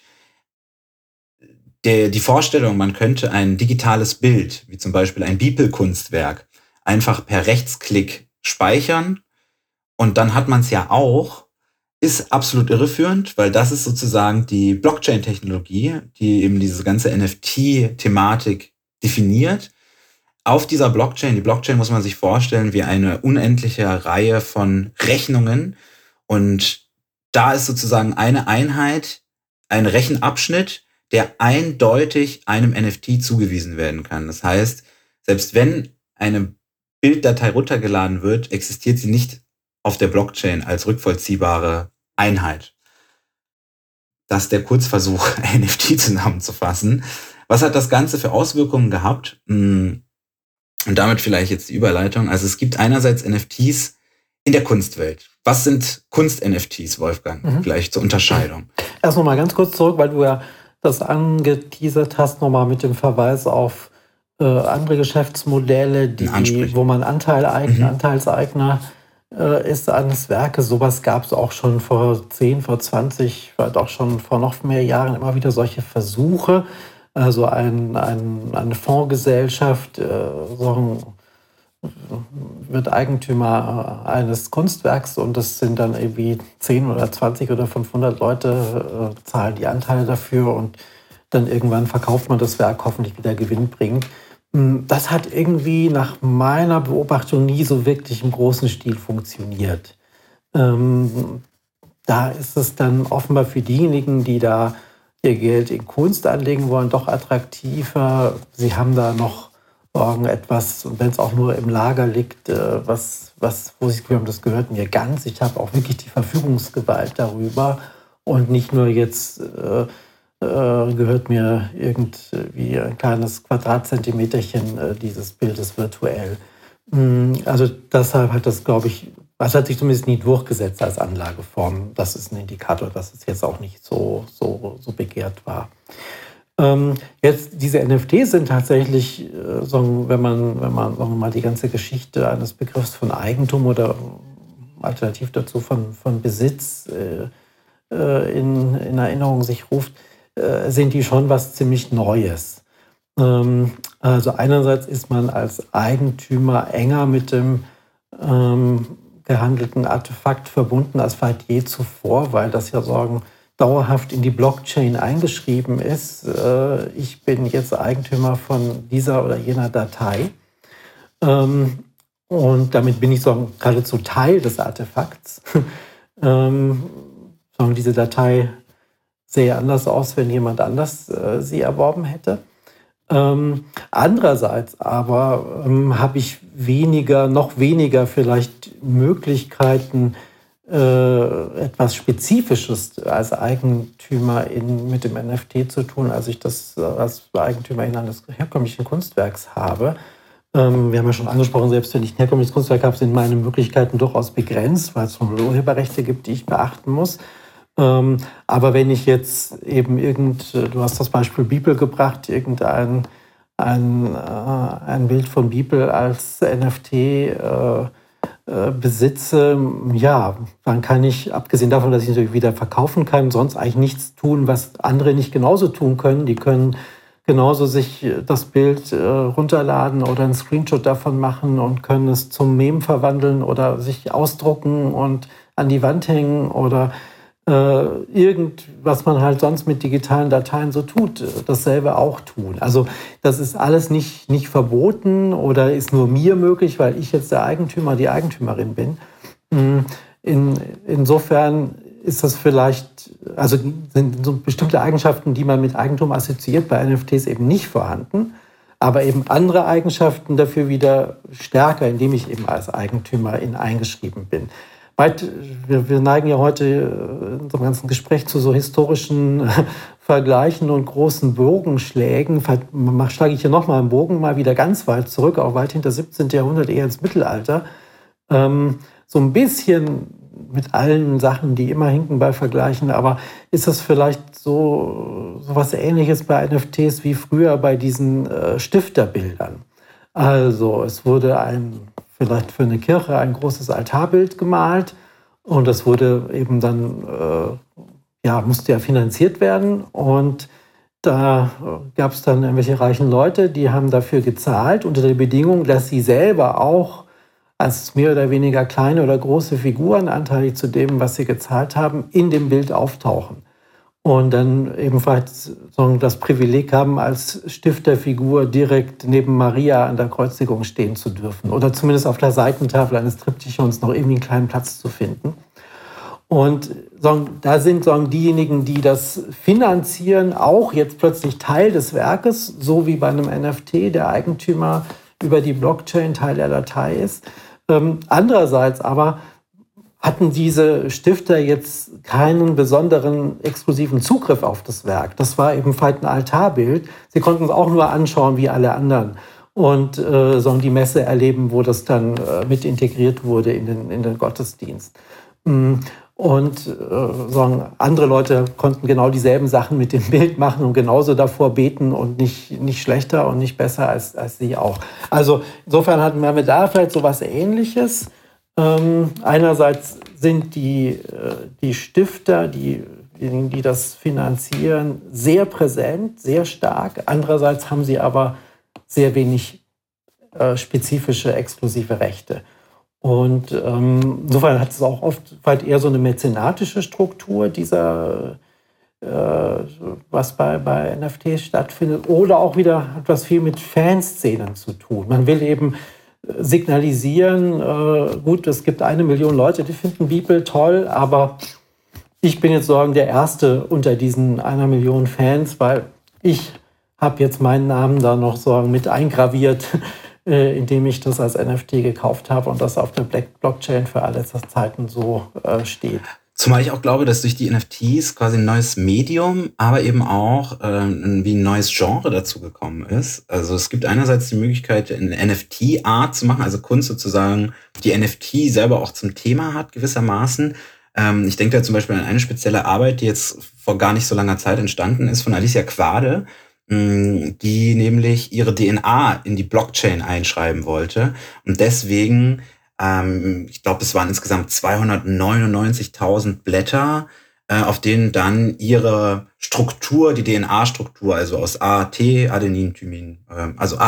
die Vorstellung, man könnte ein digitales Bild, wie zum Beispiel ein Beeple-Kunstwerk, einfach per Rechtsklick speichern und dann hat man es ja auch, ist absolut irreführend, weil das ist sozusagen die Blockchain-Technologie, die eben diese ganze NFT-Thematik definiert. Auf dieser Blockchain, die Blockchain muss man sich vorstellen wie eine unendliche Reihe von Rechnungen und da ist sozusagen eine Einheit, ein Rechenabschnitt, der eindeutig einem NFT zugewiesen werden kann. Das heißt, selbst wenn eine Bilddatei runtergeladen wird, existiert sie nicht auf der Blockchain als rückvollziehbare Einheit. Das ist der Kurzversuch, NFT zusammenzufassen. Was hat das Ganze für Auswirkungen gehabt? Und damit vielleicht jetzt die Überleitung. Also es gibt einerseits NFTs in der Kunstwelt. Was sind Kunst-NFTs, Wolfgang? Vielleicht zur Unterscheidung. Erst noch mal ganz kurz zurück, weil du ja das angeteasert hast, nochmal mit dem Verweis auf andere Geschäftsmodelle, wo man Anteilseigner ist eines Werkes. Sowas gab es auch schon vor 10, vor 20, vielleicht auch schon vor noch mehr Jahren immer wieder solche Versuche. Also eine Fondsgesellschaft wird Eigentümer eines Kunstwerks und das sind dann irgendwie 10 oder 20 oder 500 Leute, zahlen die Anteile dafür und dann irgendwann verkauft man das Werk, hoffentlich wieder gewinnbringend. Das hat irgendwie nach meiner Beobachtung nie so wirklich im großen Stil funktioniert. Da ist es dann offenbar für diejenigen, die da ihr Geld in Kunst anlegen wollen, doch attraktiver. Sie haben da noch etwas, und wenn es auch nur im Lager liegt, wo sie haben, das gehört mir ganz. Ich habe auch wirklich die Verfügungsgewalt darüber und nicht nur jetzt gehört mir irgendwie ein kleines Quadratzentimeterchen dieses Bildes virtuell. Also deshalb hat das, glaube ich, das hat sich zumindest nie durchgesetzt als Anlageform. Das ist ein Indikator, dass es jetzt auch nicht so begehrt war. Jetzt diese NFTs sind tatsächlich, wenn man mal die ganze Geschichte eines Begriffs von Eigentum oder alternativ dazu von Besitz in Erinnerung sich ruft, sind die schon was ziemlich Neues. Also einerseits ist man als Eigentümer enger mit dem gehandelten Artefakt verbunden als vielleicht je zuvor, weil das ja dauerhaft in die Blockchain eingeschrieben ist. Ich bin jetzt Eigentümer von dieser oder jener Datei. Und damit bin ich geradezu Teil des Artefakts. Diese Datei sähe anders aus, wenn jemand anders sie erworben hätte. Andererseits aber habe ich noch weniger vielleicht Möglichkeiten, etwas Spezifisches als Eigentümer mit dem NFT zu tun, als ich das als Eigentümer eines herkömmlichen Kunstwerks habe. Wir haben ja schon angesprochen, selbst wenn ich ein herkömmliches Kunstwerk habe, sind meine Möglichkeiten durchaus begrenzt, weil es Urheberrechte gibt, die ich beachten muss. Aber wenn ich jetzt eben du hast das Beispiel Bibel gebracht, ein Bild von Bibel als NFT besitze, ja, dann kann ich, abgesehen davon, dass ich natürlich wieder verkaufen kann, sonst eigentlich nichts tun, was andere nicht genauso tun können. Die können genauso sich das Bild runterladen oder einen Screenshot davon machen und können es zum Meme verwandeln oder sich ausdrucken und an die Wand hängen oder was man halt sonst mit digitalen Dateien so tut, dasselbe auch tun. Also das ist alles nicht verboten oder ist nur mir möglich, weil ich jetzt der Eigentümer, die Eigentümerin bin. Insofern ist das vielleicht, also sind so bestimmte Eigenschaften, die man mit Eigentum assoziiert, bei NFTs eben nicht vorhanden, aber eben andere Eigenschaften dafür wieder stärker, indem ich eben als Eigentümer eingeschrieben bin. Wir neigen ja heute in unserem ganzen Gespräch zu so historischen Vergleichen und großen Bogenschlägen. Schlage ich hier nochmal einen Bogen mal wieder ganz weit zurück, auch weit hinter 17. Jahrhundert, eher ins Mittelalter. So ein bisschen mit allen Sachen, die immer hinken bei Vergleichen, aber ist das vielleicht so was Ähnliches bei NFTs wie früher bei diesen Stifterbildern? Also es wurde vielleicht für eine Kirche ein großes Altarbild gemalt und das wurde eben dann, musste ja finanziert werden und da gab es dann irgendwelche reichen Leute, die haben dafür gezahlt unter der Bedingung, dass sie selber auch als mehr oder weniger kleine oder große Figuren, anteilig zu dem, was sie gezahlt haben, in dem Bild auftauchen. Und dann ebenfalls das Privileg haben, als Stifterfigur direkt neben Maria an der Kreuzigung stehen zu dürfen. Oder zumindest auf der Seitentafel eines Triptychons noch irgendwie einen kleinen Platz zu finden. Und da sind diejenigen, die das finanzieren, auch jetzt plötzlich Teil des Werkes, so wie bei einem NFT, der Eigentümer über die Blockchain Teil der Datei ist. Andererseits aber hatten diese Stifter jetzt keinen besonderen exklusiven Zugriff auf das Werk. Das war eben ein Altarbild. Sie konnten es auch nur anschauen wie alle anderen und die Messe erleben, wo das dann mit integriert wurde in den Gottesdienst. Und andere Leute konnten genau dieselben Sachen mit dem Bild machen und genauso davor beten und nicht schlechter und nicht besser als sie auch. Also insofern hatten wir da vielleicht so was Ähnliches. Einerseits sind die Stifter, diejenigen, die das finanzieren, sehr präsent, sehr stark. Andererseits haben sie aber sehr wenig spezifische, exklusive Rechte. Und insofern hat es auch oft weit eher so eine mäzenatische Struktur, was bei NFTs stattfindet. Oder auch wieder hat was viel mit Fanszenen zu tun. Man will eben signalisieren, gut, es gibt 1 Million Leute, die finden Bibel toll, aber ich bin jetzt der Erste unter diesen 1 Million Fans, weil ich habe jetzt meinen Namen da noch mit eingraviert, indem ich das als NFT gekauft habe und das auf der Blockchain für alle Zeiten so steht. Zumal ich auch glaube, dass durch die NFTs quasi ein neues Medium, aber eben auch wie ein neues Genre dazu gekommen ist. Also es gibt einerseits die Möglichkeit, eine NFT-Art zu machen, also Kunst sozusagen, die NFT selber auch zum Thema hat gewissermaßen. Ich denke da zum Beispiel an eine spezielle Arbeit, die jetzt vor gar nicht so langer Zeit entstanden ist, von Alicia Quade, die nämlich ihre DNA in die Blockchain einschreiben wollte und deswegen ich glaube, es waren insgesamt 299.000 Blätter, auf denen dann ihre Struktur, die DNA-Struktur, also aus AT, Adenin, Thymin, also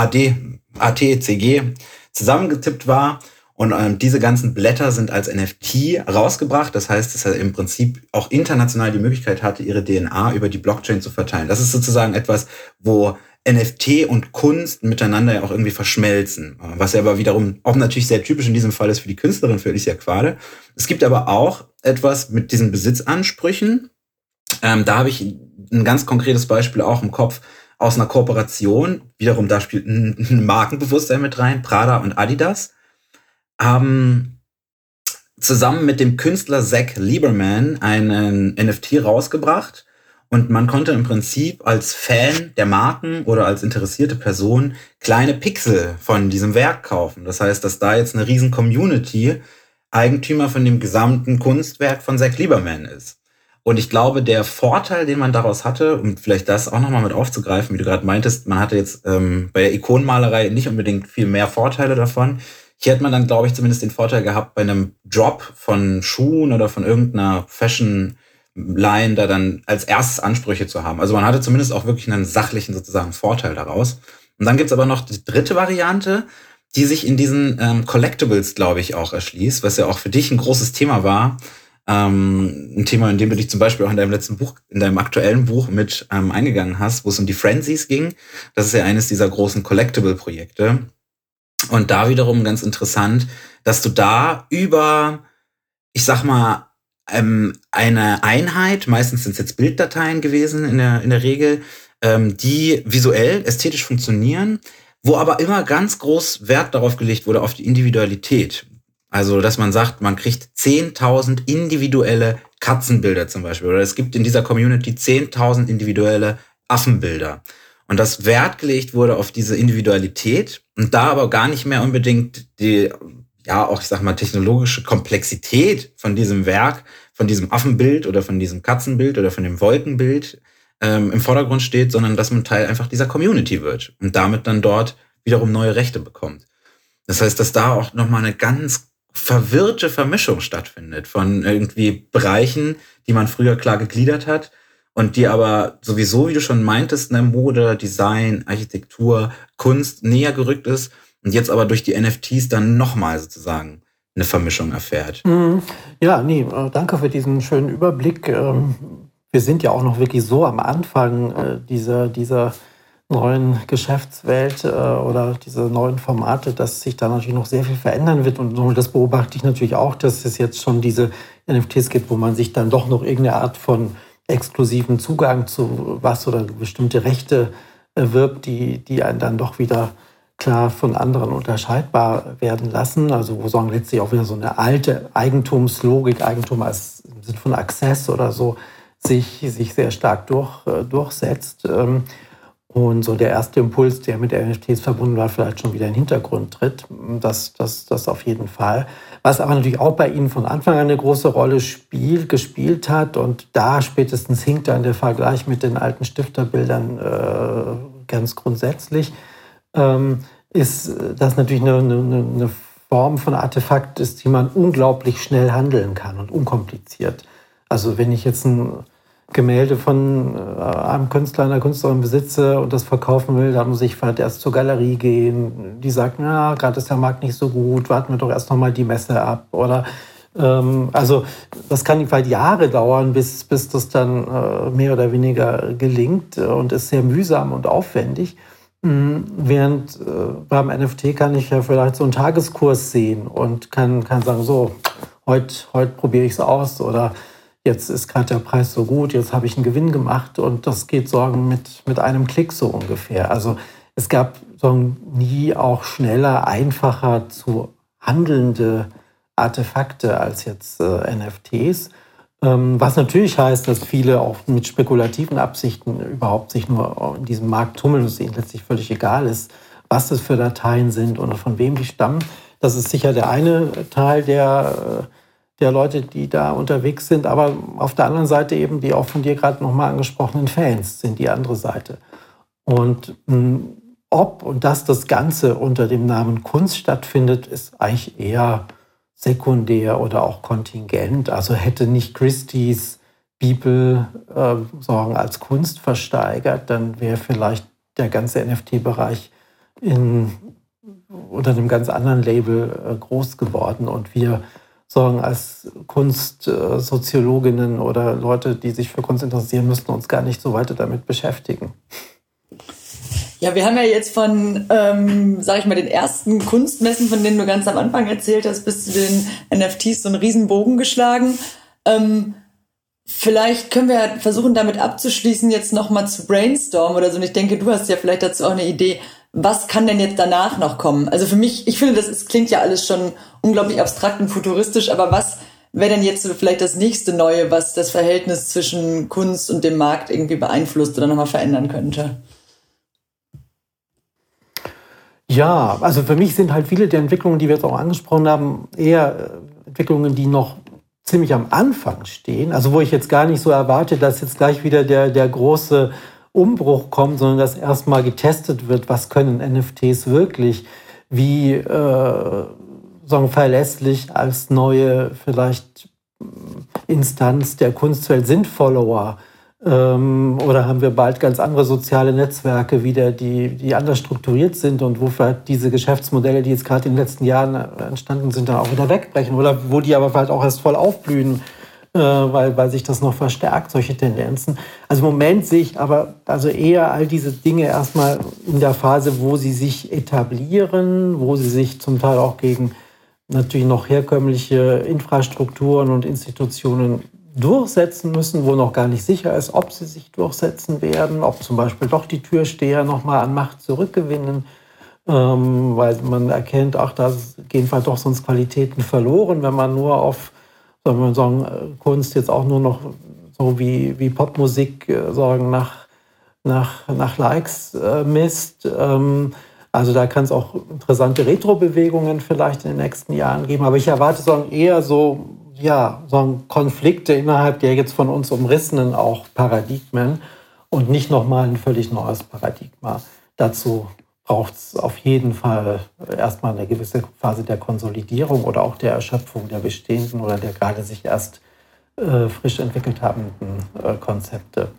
ATCG zusammengetippt war. Und diese ganzen Blätter sind als NFT rausgebracht. Das heißt, dass er im Prinzip auch international die Möglichkeit hatte, ihre DNA über die Blockchain zu verteilen. Das ist sozusagen etwas, wo NFT und Kunst miteinander ja auch irgendwie verschmelzen. Was ja aber wiederum auch natürlich sehr typisch in diesem Fall ist für die Künstlerin, für Alicia Quade. Es gibt aber auch etwas mit diesen Besitzansprüchen. Da habe ich ein ganz konkretes Beispiel auch im Kopf aus einer Kooperation. Wiederum, da spielt ein Markenbewusstsein mit rein. Prada und Adidas haben zusammen mit dem Künstler Zach Lieberman einen NFT rausgebracht. Und man konnte im Prinzip als Fan der Marken oder als interessierte Person kleine Pixel von diesem Werk kaufen. Das heißt, dass da jetzt eine riesen Community Eigentümer von dem gesamten Kunstwerk von Zach Lieberman ist. Und ich glaube, der Vorteil, den man daraus hatte, um vielleicht das auch nochmal mit aufzugreifen, wie du gerade meintest, man hatte jetzt bei der Ikonenmalerei nicht unbedingt viel mehr Vorteile davon. Hier hat man dann, glaube ich, zumindest den Vorteil gehabt, bei einem Drop von Schuhen oder von irgendeiner Fashion-Line da dann als erstes Ansprüche zu haben. Also man hatte zumindest auch wirklich einen sachlichen sozusagen Vorteil daraus. Und dann gibt's aber noch die dritte Variante, die sich in diesen Collectibles, glaube ich, auch erschließt, was ja auch für dich ein großes Thema war. Ein Thema, in dem du dich zum Beispiel auch in deinem letzten Buch, in deinem aktuellen Buch mit eingegangen hast, wo es um die Frenzies ging. Das ist ja eines dieser großen Collectible-Projekte. Und da wiederum ganz interessant, dass du da über, ich sag mal, eine Einheit, meistens sind es jetzt Bilddateien gewesen in der Regel, die visuell, ästhetisch funktionieren, wo aber immer ganz groß Wert darauf gelegt wurde, auf die Individualität. Also, dass man sagt, man kriegt 10.000 individuelle Katzenbilder zum Beispiel. Oder es gibt in dieser Community 10.000 individuelle Affenbilder. Und dass Wert gelegt wurde auf diese Individualität und da aber gar nicht mehr unbedingt die, ja, auch, ich sag mal, technologische Komplexität von diesem Werk, von diesem Affenbild oder von diesem Katzenbild oder von dem Wolkenbild im Vordergrund steht, sondern dass man Teil einfach dieser Community wird und damit dann dort wiederum neue Rechte bekommt. Das heißt, dass da auch nochmal eine ganz verwirrte Vermischung stattfindet von irgendwie Bereichen, die man früher klar gegliedert hat und die aber sowieso, wie du schon meintest, ne, Mode, Design, Architektur, Kunst näher gerückt ist und jetzt aber durch die NFTs dann nochmal sozusagen eine Vermischung erfährt. Ja, nee, danke für diesen schönen Überblick. Wir sind ja auch noch wirklich so am Anfang dieser neuen Geschäftswelt oder diese neuen Formate, dass sich da natürlich noch sehr viel verändern wird. Und das beobachte ich natürlich auch, dass es jetzt schon diese NFTs gibt, wo man sich dann doch noch irgendeine Art von exklusiven Zugang zu was oder bestimmte Rechte erwirbt, die einen dann doch wieder klar von anderen unterscheidbar werden lassen. Also wo sagen letztlich auch wieder so eine alte Eigentumslogik, Eigentum als im Sinne von Access oder so, sich sehr stark durchsetzt. Und so der erste Impuls, der mit NFTs verbunden war, vielleicht schon wieder in den Hintergrund tritt. Das auf jeden Fall. Was aber natürlich auch bei Ihnen von Anfang an eine große Rolle gespielt hat, und da spätestens hinkt dann der Vergleich mit den alten Stifterbildern ganz grundsätzlich, ist, dass natürlich eine Form von Artefakt ist, die man unglaublich schnell handeln kann und unkompliziert. Also wenn ich jetzt ein Gemälde von einem Künstler, einer Künstlerin besitze und das verkaufen will, dann muss ich vielleicht erst zur Galerie gehen. Die sagt, na, gerade ist der Markt nicht so gut, warten wir doch erst noch mal die Messe ab. Oder also das kann vielleicht Jahre dauern, bis das dann mehr oder weniger gelingt und ist sehr mühsam und aufwendig. Während beim NFT kann ich ja vielleicht so einen Tageskurs sehen und kann sagen, so, heute probiere ich es aus, oder jetzt ist gerade der Preis so gut, jetzt habe ich einen Gewinn gemacht, und das geht so mit einem Klick so ungefähr. Also es gab so nie auch schneller, einfacher zu handelnde Artefakte als jetzt NFTs. Was natürlich heißt, dass viele auch mit spekulativen Absichten überhaupt sich nur in diesem Markt tummeln, und es ihnen letztlich völlig egal ist, was das für Dateien sind oder von wem die stammen. Das ist sicher der eine Teil der Leute, die da unterwegs sind, aber auf der anderen Seite eben die auch von dir gerade nochmal angesprochenen Fans sind die andere Seite. Und ob und dass das Ganze unter dem Namen Kunst stattfindet, ist eigentlich eher sekundär oder auch kontingent. Also hätte nicht Christie's Bibel als Kunst versteigert, dann wäre vielleicht der ganze NFT-Bereich unter einem ganz anderen Label groß geworden, und wir sagen als Kunstsoziologinnen oder Leute, die sich für Kunst interessieren, müssten uns gar nicht so weiter damit beschäftigen. Ja, wir haben ja jetzt von, sag ich mal, den ersten Kunstmessen, von denen du ganz am Anfang erzählt hast, bis zu den NFTs so einen riesen Bogen geschlagen. Vielleicht können wir versuchen, damit abzuschließen, jetzt nochmal zu brainstormen oder so. Und ich denke, du hast ja vielleicht dazu auch eine Idee. Was kann denn jetzt danach noch kommen? Also für mich, ich finde, klingt ja alles schon unglaublich abstrakt und futuristisch, aber was wäre denn jetzt so vielleicht das nächste Neue, was das Verhältnis zwischen Kunst und dem Markt irgendwie beeinflusst oder nochmal verändern könnte? Ja, also für mich sind halt viele der Entwicklungen, die wir jetzt auch angesprochen haben, eher Entwicklungen, die noch ziemlich am Anfang stehen, also wo ich jetzt gar nicht so erwarte, dass jetzt gleich wieder der große Umbruch kommt, sondern dass erstmal getestet wird, was können NFTs wirklich, wie verlässlich als neue vielleicht Instanz der Kunstwelt sind Follower. Oder haben wir bald ganz andere soziale Netzwerke wieder, die anders strukturiert sind und wo vielleicht diese Geschäftsmodelle, die jetzt gerade in den letzten Jahren entstanden sind, dann auch wieder wegbrechen oder wo die aber vielleicht auch erst voll aufblühen, weil sich das noch verstärkt, solche Tendenzen. Also im Moment sehe ich aber also eher all diese Dinge erstmal in der Phase, wo sie sich etablieren, wo sie sich zum Teil auch gegen natürlich noch herkömmliche Infrastrukturen und Institutionen durchsetzen müssen, wo noch gar nicht sicher ist, ob sie sich durchsetzen werden, ob zum Beispiel doch die Türsteher nochmal an Macht zurückgewinnen, weil man erkennt, ach, da gehen vielleicht doch sonst Qualitäten verloren, wenn man nur auf, soll man sagen, Kunst jetzt auch nur noch so wie Popmusik sagen, nach Likes misst. Also da kann es auch interessante Retro-Bewegungen vielleicht in den nächsten Jahren geben, aber ich erwarte sagen, eher so Konflikte innerhalb der jetzt von uns umrissenen auch Paradigmen und nicht nochmal ein völlig neues Paradigma. Dazu braucht es auf jeden Fall erstmal eine gewisse Phase der Konsolidierung oder auch der Erschöpfung der bestehenden oder der gerade sich erst frisch entwickelt habenden Konzepte.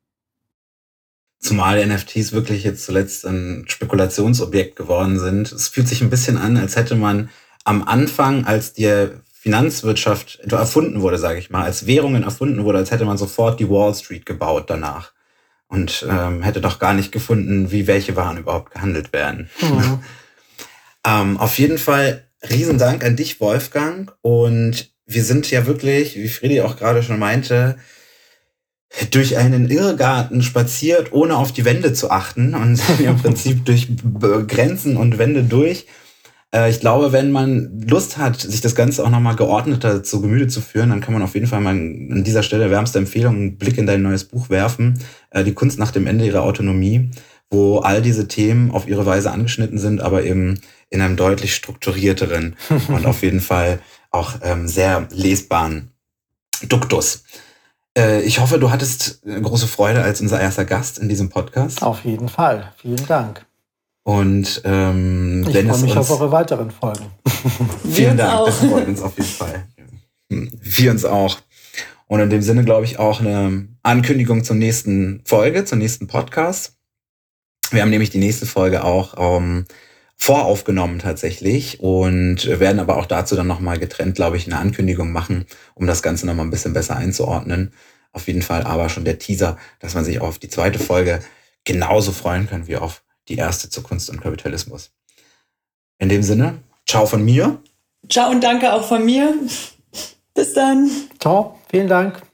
Zumal NFTs wirklich jetzt zuletzt ein Spekulationsobjekt geworden sind. Es fühlt sich ein bisschen an, als hätte man am Anfang, als die Finanzwirtschaft erfunden wurde, sage ich mal, als Währungen erfunden wurde, als hätte man sofort die Wall Street gebaut danach und hätte doch gar nicht gefunden, wie welche Waren überhaupt gehandelt werden. Mhm. Auf jeden Fall Riesendank an dich, Wolfgang. Und wir sind ja wirklich, wie Fredi auch gerade schon meinte, durch einen Irrgarten spaziert, ohne auf die Wände zu achten und im Prinzip durch Grenzen und Wände durch. Ich glaube, wenn man Lust hat, sich das Ganze auch nochmal geordneter zu Gemüte zu führen, dann kann man auf jeden Fall mal an dieser Stelle wärmste Empfehlung einen Blick in dein neues Buch werfen. Die Kunst nach dem Ende ihrer Autonomie, wo all diese Themen auf ihre Weise angeschnitten sind, aber eben in einem deutlich strukturierteren und auf jeden Fall auch sehr lesbaren Duktus. Ich hoffe, du hattest große Freude als unser erster Gast in diesem Podcast. Auf jeden Fall. Vielen Dank. Und ich freue mich auf eure weiteren Folgen. Vielen Dank, das freut uns auf jeden Fall. Wir uns auch. Und in dem Sinne, glaube ich, auch eine Ankündigung zur nächsten Folge, zum nächsten Podcast. Wir haben nämlich die nächste Folge auch voraufgenommen tatsächlich und werden aber auch dazu dann nochmal getrennt, glaube ich, eine Ankündigung machen, um das Ganze nochmal ein bisschen besser einzuordnen. Auf jeden Fall aber schon der Teaser, dass man sich auch auf die zweite Folge genauso freuen kann wie auf die erste zu Kunst und Kapitalismus. In dem Sinne, ciao von mir. Ciao und danke auch von mir. Bis dann. Ciao, vielen Dank.